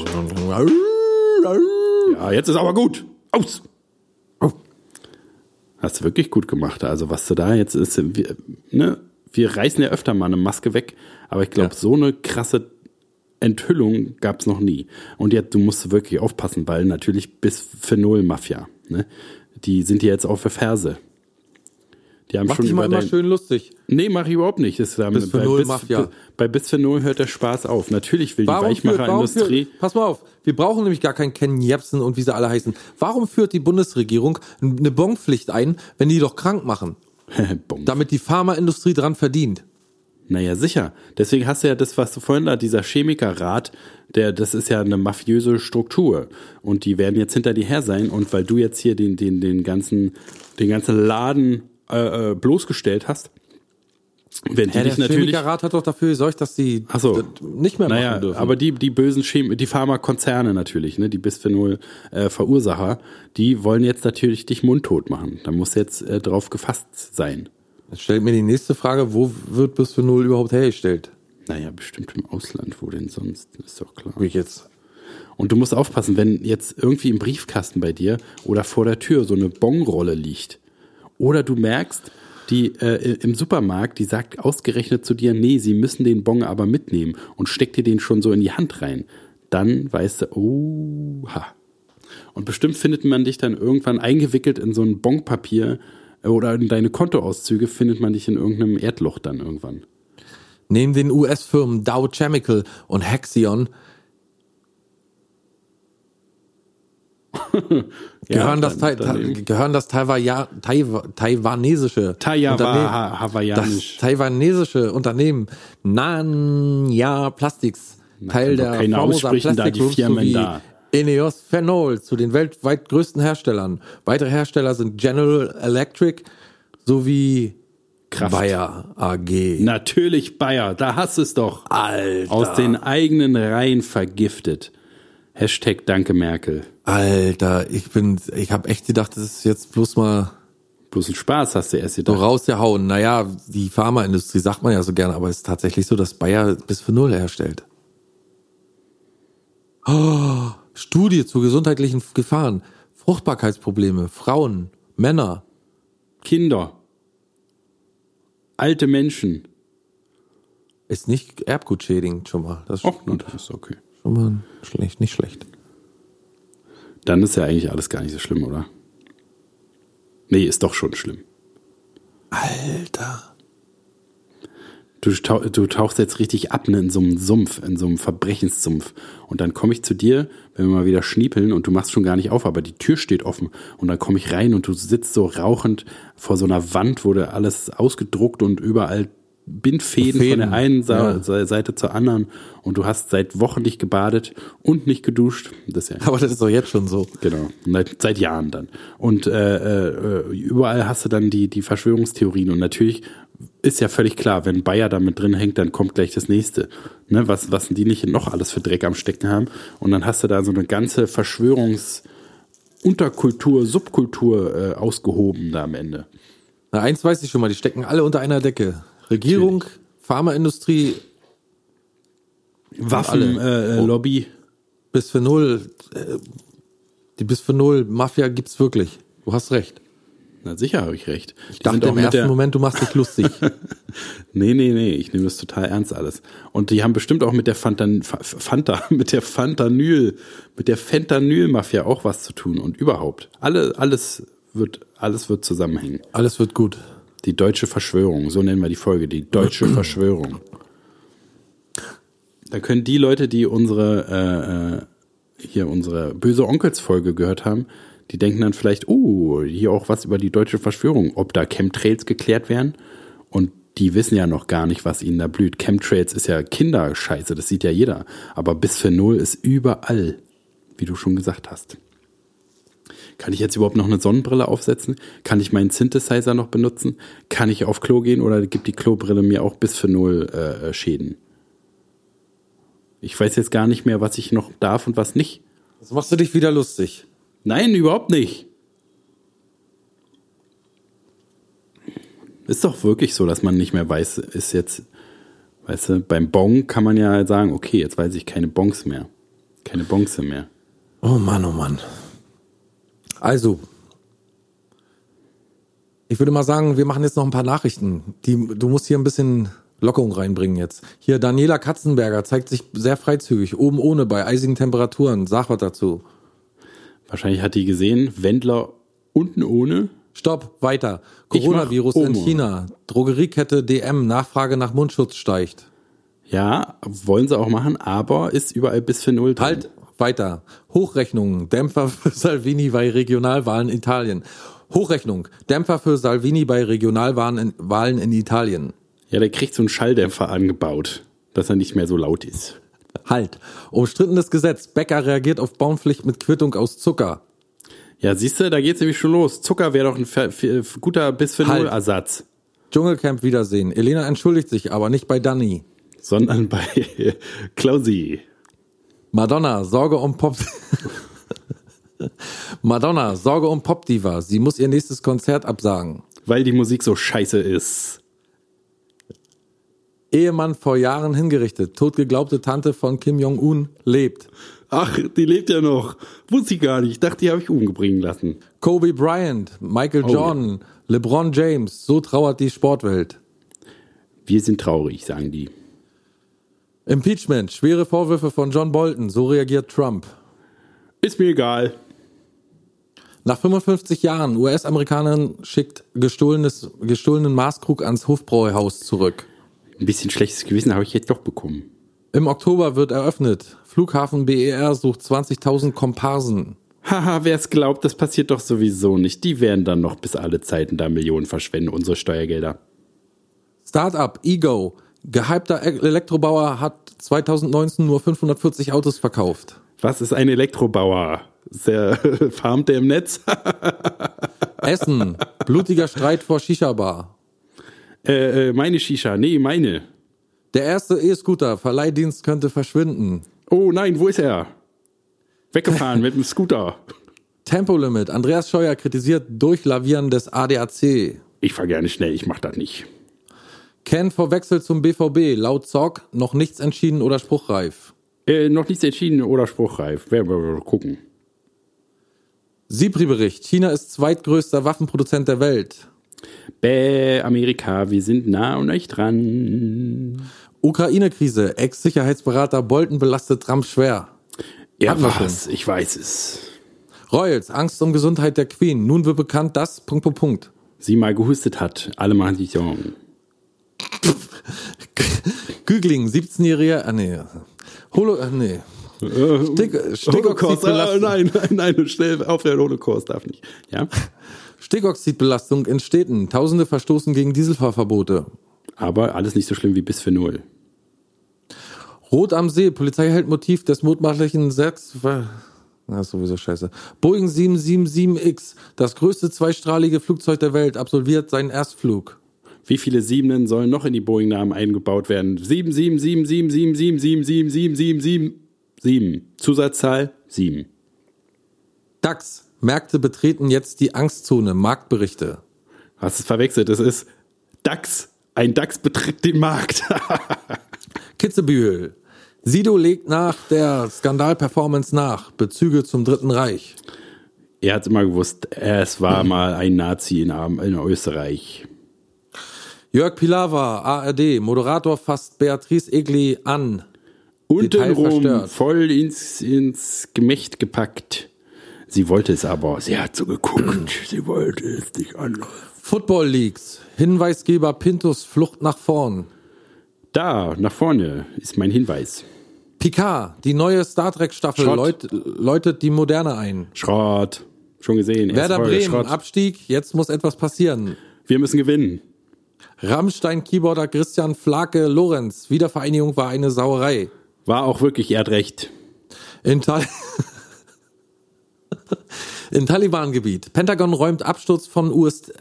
Ja, jetzt ist aber gut. Aus! Hast du wirklich gut gemacht. Also was du da jetzt ist, wir, ne, wir reißen ja öfter mal eine Maske weg, aber ich glaube, ja. so eine krasse Enthüllung gab's noch nie. Und jetzt, du musst wirklich aufpassen, weil natürlich Bisphenol-Mafia, ne, die sind ja jetzt auf der Ferse. Die haben mach schon dich mal immer schön lustig. Nee, mach ich überhaupt nicht. Das, ähm, Bisphenol-Mafia. Bei, bei Bisphenol hört der Spaß auf. Natürlich will warum die Weichmacherindustrie... Pass mal auf, wir brauchen nämlich gar keinen Ken Jebsen und wie sie alle heißen. Warum führt die Bundesregierung eine Bonpflicht ein, wenn die doch krank machen? Damit die Pharmaindustrie dran verdient. Naja, sicher. Deswegen hast du ja das, was du vorhin da, dieser Chemikerrat, der, das ist ja eine mafiöse Struktur. Und die werden jetzt hinter dir her sein. Und weil du jetzt hier den, den, den ganzen, den ganzen Laden äh, bloßgestellt hast, wenn ja, die dich der natürlich. Der Chemikerrat hat doch dafür gesorgt, dass die Ach so. nicht mehr machen naja, dürfen. Aber die, die bösen Chem- die Pharmakonzerne natürlich, ne, die Bisphenol-Verursacher, die wollen jetzt natürlich dich mundtot machen. Da musst du jetzt äh, drauf gefasst sein. Jetzt stellt mir die nächste Frage, wo wird Bisphenol überhaupt hergestellt? Naja, bestimmt im Ausland, wo denn sonst, ist doch klar. Wie jetzt? Und du musst aufpassen, wenn jetzt irgendwie im Briefkasten bei dir oder vor der Tür so eine Bonrolle liegt oder du merkst, die äh, im Supermarkt, die sagt ausgerechnet zu dir, nee, sie müssen den Bon aber mitnehmen und steckt dir den schon so in die Hand rein, dann weißt du, oha. Und bestimmt findet man dich dann irgendwann eingewickelt in so ein Bonpapier oder in deine Kontoauszüge findet man dich in irgendeinem Erdloch dann irgendwann. Neben den U S-Firmen Dow Chemical und Hexion gehören, ja, das dann, ta- dann gehören das Taiwa- Taiwa- taiwanesische Taiwa- hawaiianisch. das taiwanesische Unternehmen Nanya Plastics, Na, Teil kann doch der keiner Formosa aussprechen, da die Plastic Group Firmen sowie da. Ineos Phenol zu den weltweit größten Herstellern. Weitere Hersteller sind General Electric sowie Kraft. Bayer A G. Natürlich Bayer, da hast du es doch. Alter. Aus den eigenen Reihen vergiftet. Hashtag Danke Merkel. Alter, ich bin, ich habe echt gedacht, das ist jetzt bloß mal bloß ein Spaß, hast du erst so gedacht. rausgehauen. Naja, die Pharmaindustrie sagt man ja so gerne, aber es ist tatsächlich so, dass Bayer Bisphenol herstellt. Oh, Studie zu gesundheitlichen Gefahren, Fruchtbarkeitsprobleme, Frauen, Männer. Kinder. Alte Menschen. Ist nicht erbgutschädigend schon mal. Das ist Och, na, das ist okay. schon mal schlecht, nicht schlecht. Dann ist ja eigentlich alles gar nicht so schlimm, oder? Nee, ist doch schon schlimm. Alter. Du, tauch, du tauchst jetzt richtig ab, ne, in so einem Sumpf, in so einem Verbrechenssumpf. Und dann komme ich zu dir, wenn wir mal wieder schniepeln und du machst schon gar nicht auf, aber die Tür steht offen. Und dann komme ich rein und du sitzt so rauchend vor so einer Wand, wo du alles ausgedruckt und überall Bindfäden Fäden, von der einen Sa- ja. Seite zur anderen und du hast seit Wochen nicht gebadet und nicht geduscht. Das ist ja Aber das ist doch jetzt schon so. genau, seit, seit Jahren dann. Und äh, äh, überall hast du dann die, die Verschwörungstheorien und natürlich ist ja völlig klar, wenn Bayer da mit drin hängt, dann kommt gleich das nächste. Ne, was, was die nicht noch alles für Dreck am Stecken haben. Und dann hast du da so eine ganze Verschwörungsunterkultur, Subkultur äh, ausgehoben da am Ende. Na, eins weiß ich schon mal, die stecken alle unter einer Decke. Regierung, Natürlich. Pharmaindustrie, Waffenlobby. Äh, Bisphenol, äh, die Bisphenol Mafia gibt's wirklich. Du hast recht. Na sicher habe ich recht. Ich dachte im ersten Moment, du machst dich lustig. nee, nee, nee, ich nehme das total ernst alles. Und die haben bestimmt auch mit der Fanta, Fanta mit der Fentanyl, mit der Fentanyl-Mafia auch was zu tun und überhaupt. Alle, alles wird, alles wird zusammenhängen. Alles wird gut. Die deutsche Verschwörung, so nennen wir die Folge, die deutsche Verschwörung. Da können die Leute, die unsere, äh, hier unsere böse Onkels-Folge gehört haben, die denken dann vielleicht, oh, hier auch was über die deutsche Verschwörung, ob da Chemtrails geklärt werden. Und die wissen ja noch gar nicht, was ihnen da blüht. Chemtrails ist ja Kinderscheiße, das sieht ja jeder. Aber Bisphenol ist überall, wie du schon gesagt hast. Kann ich jetzt überhaupt noch eine Sonnenbrille aufsetzen? Kann ich meinen Synthesizer noch benutzen? Kann ich auf Klo gehen oder gibt die Klobrille mir auch Bisphenol-Schäden? Ich weiß jetzt gar nicht mehr, was ich noch darf und was nicht. Jetzt machst du dich wieder lustig. Nein, überhaupt nicht. Ist doch wirklich so, dass man nicht mehr weiß, ist jetzt, weißt du, beim Bong kann man ja sagen, okay, jetzt weiß ich keine Bongs mehr. Keine Bonze mehr. Oh Mann, oh Mann. Also, ich würde mal sagen, wir machen jetzt noch ein paar Nachrichten. Die, du musst hier ein bisschen Lockerung reinbringen jetzt. Hier, Daniela Katzenberger zeigt sich sehr freizügig, oben ohne, bei eisigen Temperaturen. Sag was dazu. Wahrscheinlich hat die gesehen, Wendler unten ohne. Stopp, weiter. Coronavirus in China. Drogeriekette D M, Nachfrage nach Mundschutz steigt. Ja, wollen sie auch machen, aber ist überall Bisphenol drin. Halt, weiter. Hochrechnung, Dämpfer für Salvini bei Regionalwahlen in Italien. Hochrechnung, Dämpfer für Salvini bei Regionalwahlen in, Wahlen in Italien. Ja, der kriegt so einen Schalldämpfer angebaut, dass er nicht mehr so laut ist. Halt. Umstrittenes Gesetz. Bäcker reagiert auf Baumpflicht mit Quittung aus Zucker. Ja, siehst du, da geht's nämlich schon los. Zucker wäre doch ein f- f- guter Bisphenol-Ersatz. Halt. Dschungelcamp Wiedersehen. Elena entschuldigt sich, aber nicht bei Dani. Sondern bei Klausi. Madonna, Sorge um Pop... Madonna, Sorge um Popdiva. Sie muss ihr nächstes Konzert absagen. Weil die Musik so scheiße ist. Ehemann vor Jahren hingerichtet. Totgeglaubte Tante von Kim Jong-un lebt. Ach, die lebt ja noch. Wusste ich gar nicht. Ich dachte, die habe ich umbringen lassen. Kobe Bryant, Michael Oh, Jordan, ja. LeBron James. So trauert die Sportwelt. Wir sind traurig, sagen die. Impeachment, schwere Vorwürfe von John Bolton. So reagiert Trump. Ist mir egal. Nach fünfundfünfzig Jahren, U S-Amerikanerin schickt gestohlenes, gestohlenen Maßkrug ans Hofbräuhaus zurück. Ein bisschen schlechtes Gewissen habe ich jetzt doch bekommen. Im Oktober wird eröffnet. Flughafen B E R sucht zwanzigtausend Komparsen. Haha, wer es glaubt, das passiert doch sowieso nicht. Die werden dann noch bis alle Zeiten da Millionen verschwenden, unsere Steuergelder. Startup Ego. Gehypter Elektrobauer hat zweitausendneunzehn nur fünfhundertvierzig Autos verkauft. Was ist ein Elektrobauer? Sehr farmt der im Netz? Essen. Blutiger Streit vor Shisha-Bar. äh, meine Shisha, nee, meine. Der erste E-Scooter. Verleihdienst könnte verschwinden. Oh nein, wo ist er? Weggefahren mit dem Scooter. Tempolimit. Andreas Scheuer kritisiert Durchlavieren des A D A C. Ich fahr gerne schnell, ich mach das nicht. Ken vor Wechsel zum B V B. Laut Zorg noch nichts entschieden oder spruchreif. Äh, noch nichts entschieden oder spruchreif. Werden wir gucken. SIPRI-Bericht. China ist zweitgrößter Waffenproduzent der Welt. Bäh, Amerika, wir sind nah und euch dran. Ukraine-Krise. Ex-Sicherheitsberater Bolton belastet Trump schwer. Ja, Hatten wir was? Ich weiß es. Royals. Angst um Gesundheit der Queen. Nun wird bekannt, dass... Punkt, Punkt, Punkt. Sie mal gehustet hat. Alle machen sich Sorgen. Gügling. siebzehnjähriger... Ah, nee. Holo... Ah, nee. Stick, Holocaust, ah, Stickoxidbelastung. nein, nein, nein, schnell aufhören, Holocaust darf nicht. Ja? Stickoxidbelastung in Städten. Tausende verstoßen gegen Dieselfahrverbote. Aber alles nicht so schlimm wie Bisphenol. Rot am See, Polizei hält Motiv des mutmaßlichen Sets. Das ist sowieso scheiße. Boeing sieben sieben sieben X, das größte zweistrahlige Flugzeug der Welt, absolviert seinen Erstflug. Wie viele Siebenen sollen noch in die Boeing-Namen eingebaut werden? sieben sieben sieben sieben sieben sieben sieben sieben sieben sieben sieben sieben. Zusatzzahl sieben. DAX, Märkte betreten jetzt die Angstzone, Marktberichte. Hast es verwechselt, es ist DAX. Ein DAX betritt den Markt. Kitzebühel. Sido legt nach der Skandal-Performance nach. Bezüge zum Dritten Reich. Er hat immer gewusst, es war mal ein Nazi in, in Österreich. Jörg Pilawa, A R D. Moderator fasst Beatrice Egli an. Untenrum voll ins, ins Gemächt gepackt. Sie wollte es aber. Sie hat so geguckt. Sie wollte es nicht anders. Football Leagues. Hinweisgeber Pintus Flucht nach vorn. Da, nach vorne ist mein Hinweis. Picard, die neue Star Trek Staffel läut, läutet die Moderne ein. Schrott. Schon gesehen. Werder Folge, Bremen, Schrott. Abstieg, jetzt muss etwas passieren. Wir müssen gewinnen. Rammstein-Keyboarder Christian Flake Lorenz, Wiedervereinigung war eine Sauerei. War auch wirklich, er hat recht. In, Tal In Taliban-Gebiet. Pentagon räumt Absturz von U S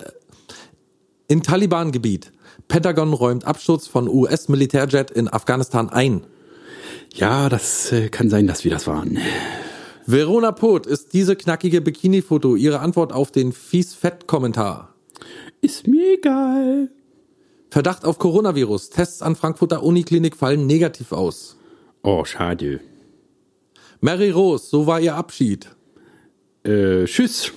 In Taliban-Gebiet. Pentagon räumt Absturz von U S-Militärjet in Afghanistan ein. Ja, das äh, kann sein, dass wir das waren. Verona Poth, ist diese knackige Bikini-Foto ihre Antwort auf den Fies-Fett-Kommentar? Ist mir egal. Verdacht auf Coronavirus. Tests an Frankfurter Uniklinik fallen negativ aus. Oh, schade. Mary Rose, so war ihr Abschied. Äh, tschüss.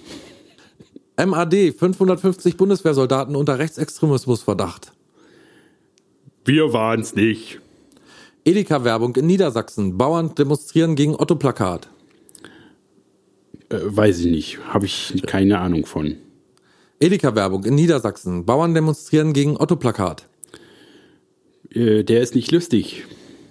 M A D, fünfhundertfünfzig Bundeswehrsoldaten unter Rechtsextremismusverdacht. Wir waren's nicht. Edeka-Werbung in Niedersachsen. Bauern demonstrieren gegen Otto-Plakat. Äh, weiß ich nicht. Habe ich keine Ahnung von. Edeka-Werbung in Niedersachsen. Bauern demonstrieren gegen Otto-Plakat. Äh, der ist nicht lustig.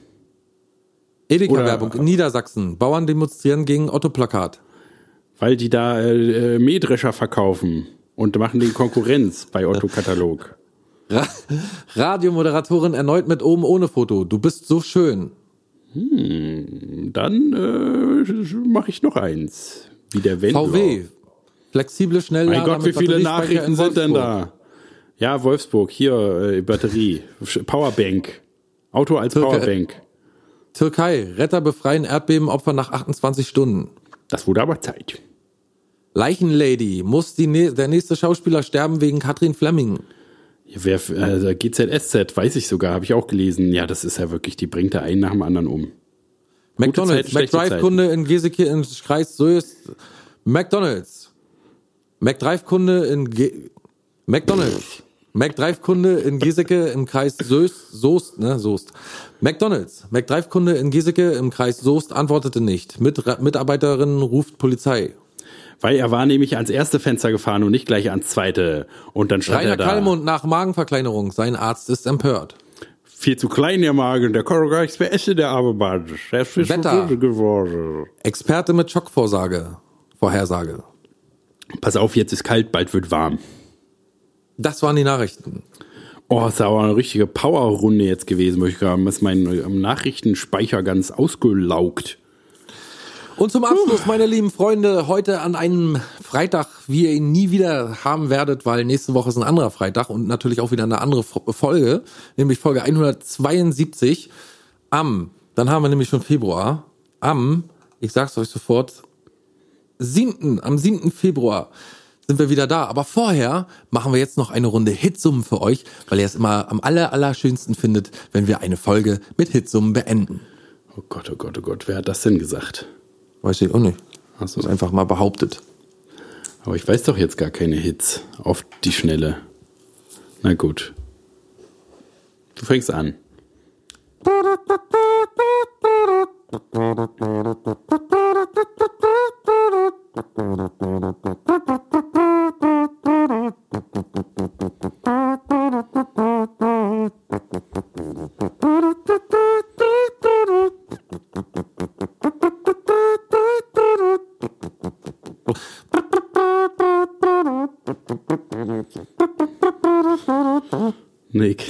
Edeka-Werbung in Niedersachsen. Bauern demonstrieren gegen Otto-Plakat. Weil die da äh, Mähdrescher verkaufen und machen den Konkurrenz bei Otto-Katalog. Ra Radiomoderatorin erneut mit oben ohne Foto. Du bist so schön. Hm, dann äh, mache ich noch eins. Wie der Wendler. V W. Flexible Schnelllader. Mein Gott, wie viele Nachrichten sind denn da? Ja, Wolfsburg, hier äh, Batterie. Powerbank. Auto als Türkei. Powerbank. Türkei. Retter befreien Erdbebenopfer nach achtundzwanzig Stunden. Das wurde aber Zeit. Leichenlady. Muss die ne der nächste Schauspieler sterben wegen Katrin Fleming. Wer, äh, G Z S Z, weiß ich sogar, habe ich auch gelesen. Ja, das ist ja wirklich, die bringt da einen nach dem anderen um. McDonalds, McDrive-Kunde in Geseke in Kreis Soest. McDonalds. McDrive-Kunde in Ge McDonalds. McDrive-Kunde in Geseke im Kreis Soest, Soest, ne, Soest. McDonalds. McDrive-Kunde in Geseke im Kreis Soest antwortete nicht. Mit Mitarbeiterin ruft Polizei. Weil er war nämlich ans erste Fenster gefahren und nicht gleich ans zweite. Und dann stand Rainer er da. Kallmund nach Magenverkleinerung. Sein Arzt ist empört. Viel zu klein der Magen, der kann doch gar nichts mehr essen, der arme Mann. Er ist Wetter. so geworden. Experte mit Schockvorsage. Vorhersage. Pass auf, jetzt ist kalt, bald wird warm. Das waren die Nachrichten. Oh, ist aber eine richtige Powerrunde jetzt gewesen, möchte ich sagen. Ist mein Nachrichtenspeicher ganz ausgelaugt. Und zum Abschluss, meine lieben Freunde, heute an einem Freitag, wie ihr ihn nie wieder haben werdet, weil nächste Woche ist ein anderer Freitag und natürlich auch wieder eine andere Folge, nämlich Folge hundertzweiundsiebzig. Am, dann haben wir nämlich schon Februar, am, ich sag's euch sofort, siebten, am siebten Februar sind wir wieder da. Aber vorher machen wir jetzt noch eine Runde Hitsummen für euch, weil ihr es immer am aller, allerschönsten findet, wenn wir eine Folge mit Hitsummen beenden. Oh Gott, oh Gott, oh Gott, wer hat das denn gesagt? Weiß ich auch nicht. Hast du es einfach mal behauptet. Aber ich weiß doch jetzt gar keine Hits auf die Schnelle. Na gut. Du fängst an. Nee,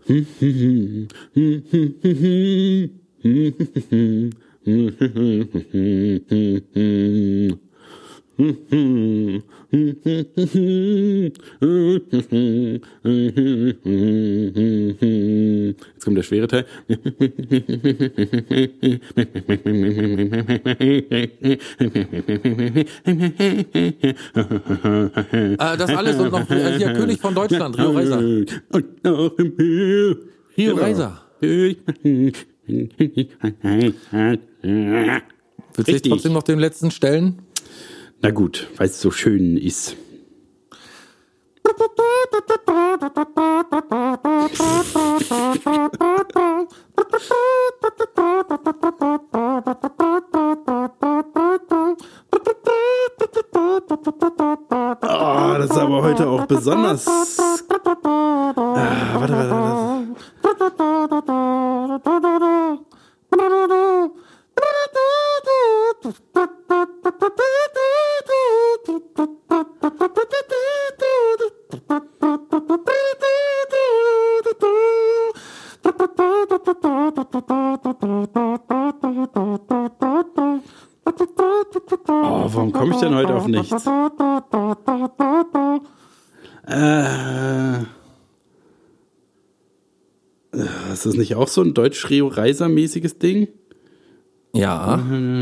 Jetzt kommt der schwere Teil. Äh, das alles und noch äh, hier König von Deutschland, Rio Reiser. Rio Reiser. Willst du jetzt trotzdem noch den letzten stellen? Na gut, weil es so schön ist. Oh, das ist aber heute auch besonders. Ah, warte, warte, warte. Oh, warum komme ich denn heute auf nichts? Äh, ist das nicht auch so ein Deutsch-Rio-Reiser-mäßiges Ding? Ja.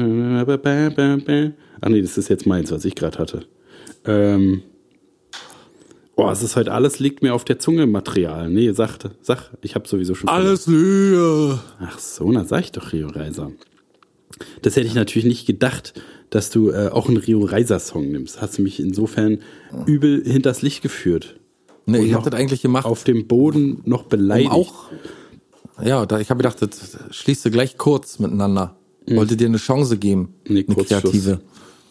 Ach nee, das ist jetzt meins, was ich gerade hatte. Ähm, oh, es ist heute alles, liegt mir auf der Zunge Material. Nee, sag, sag, ich habe sowieso schon... Alles Lüge. Ach so, na sag ich doch Rio Reiser. Das hätte ich natürlich nicht gedacht, dass du äh, auch einen Rio Reiser-Song nimmst. Hast du mich insofern übel hinters Licht geführt. Nee, Und ich noch hab das eigentlich gemacht. Auf dem Boden noch beleidigt. Um auch, ja, da, ich habe gedacht, das schließt du gleich kurz miteinander. Mhm. Wollte dir eine Chance geben, nee, eine kreative.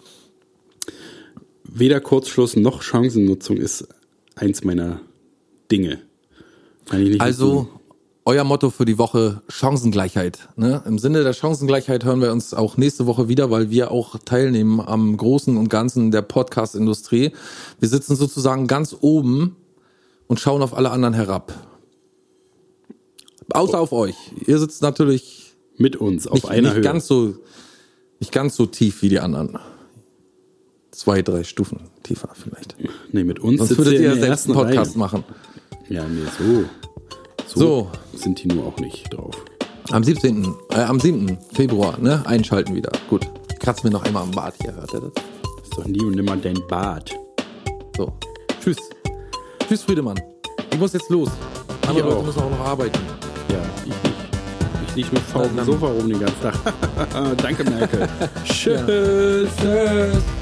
Weder Kurzschluss noch Chancennutzung ist eins meiner Dinge. Kann ich nicht also, wissen. Euer Motto für die Woche, Chancengleichheit. Ne? Im Sinne der Chancengleichheit hören wir uns auch nächste Woche wieder, weil wir auch teilnehmen am Großen und Ganzen der Podcast-Industrie. Wir sitzen sozusagen ganz oben und schauen auf alle anderen herab. Außer auf euch. Ihr sitzt natürlich mit uns auf nicht, einer nicht Höhe. Ganz so, nicht ganz so tief wie die anderen. Zwei, drei Stufen tiefer vielleicht. Nee, mit uns Sonst sitzt würdet ihr ihr in der selbst einen ersten Podcast Reihe. machen. Ja, nee, so. So, So. sind die nur auch nicht drauf. Am siebzehnten Äh, am siebten Februar, ne? Einschalten wieder. Gut. Kratz mir noch einmal am Bart hier, hört ihr das? Ist doch nie und nimmer dein Bart. So. Tschüss. Tschüss, Friedemann. Ich muss jetzt los. Andere Ich Leute auch. müssen auch noch arbeiten. Ja, ich nicht. Ich lieg nur faul auf dem Dann- Sofa rum den ganzen Tag. Danke, Merkel. Tschüss. Tschüss.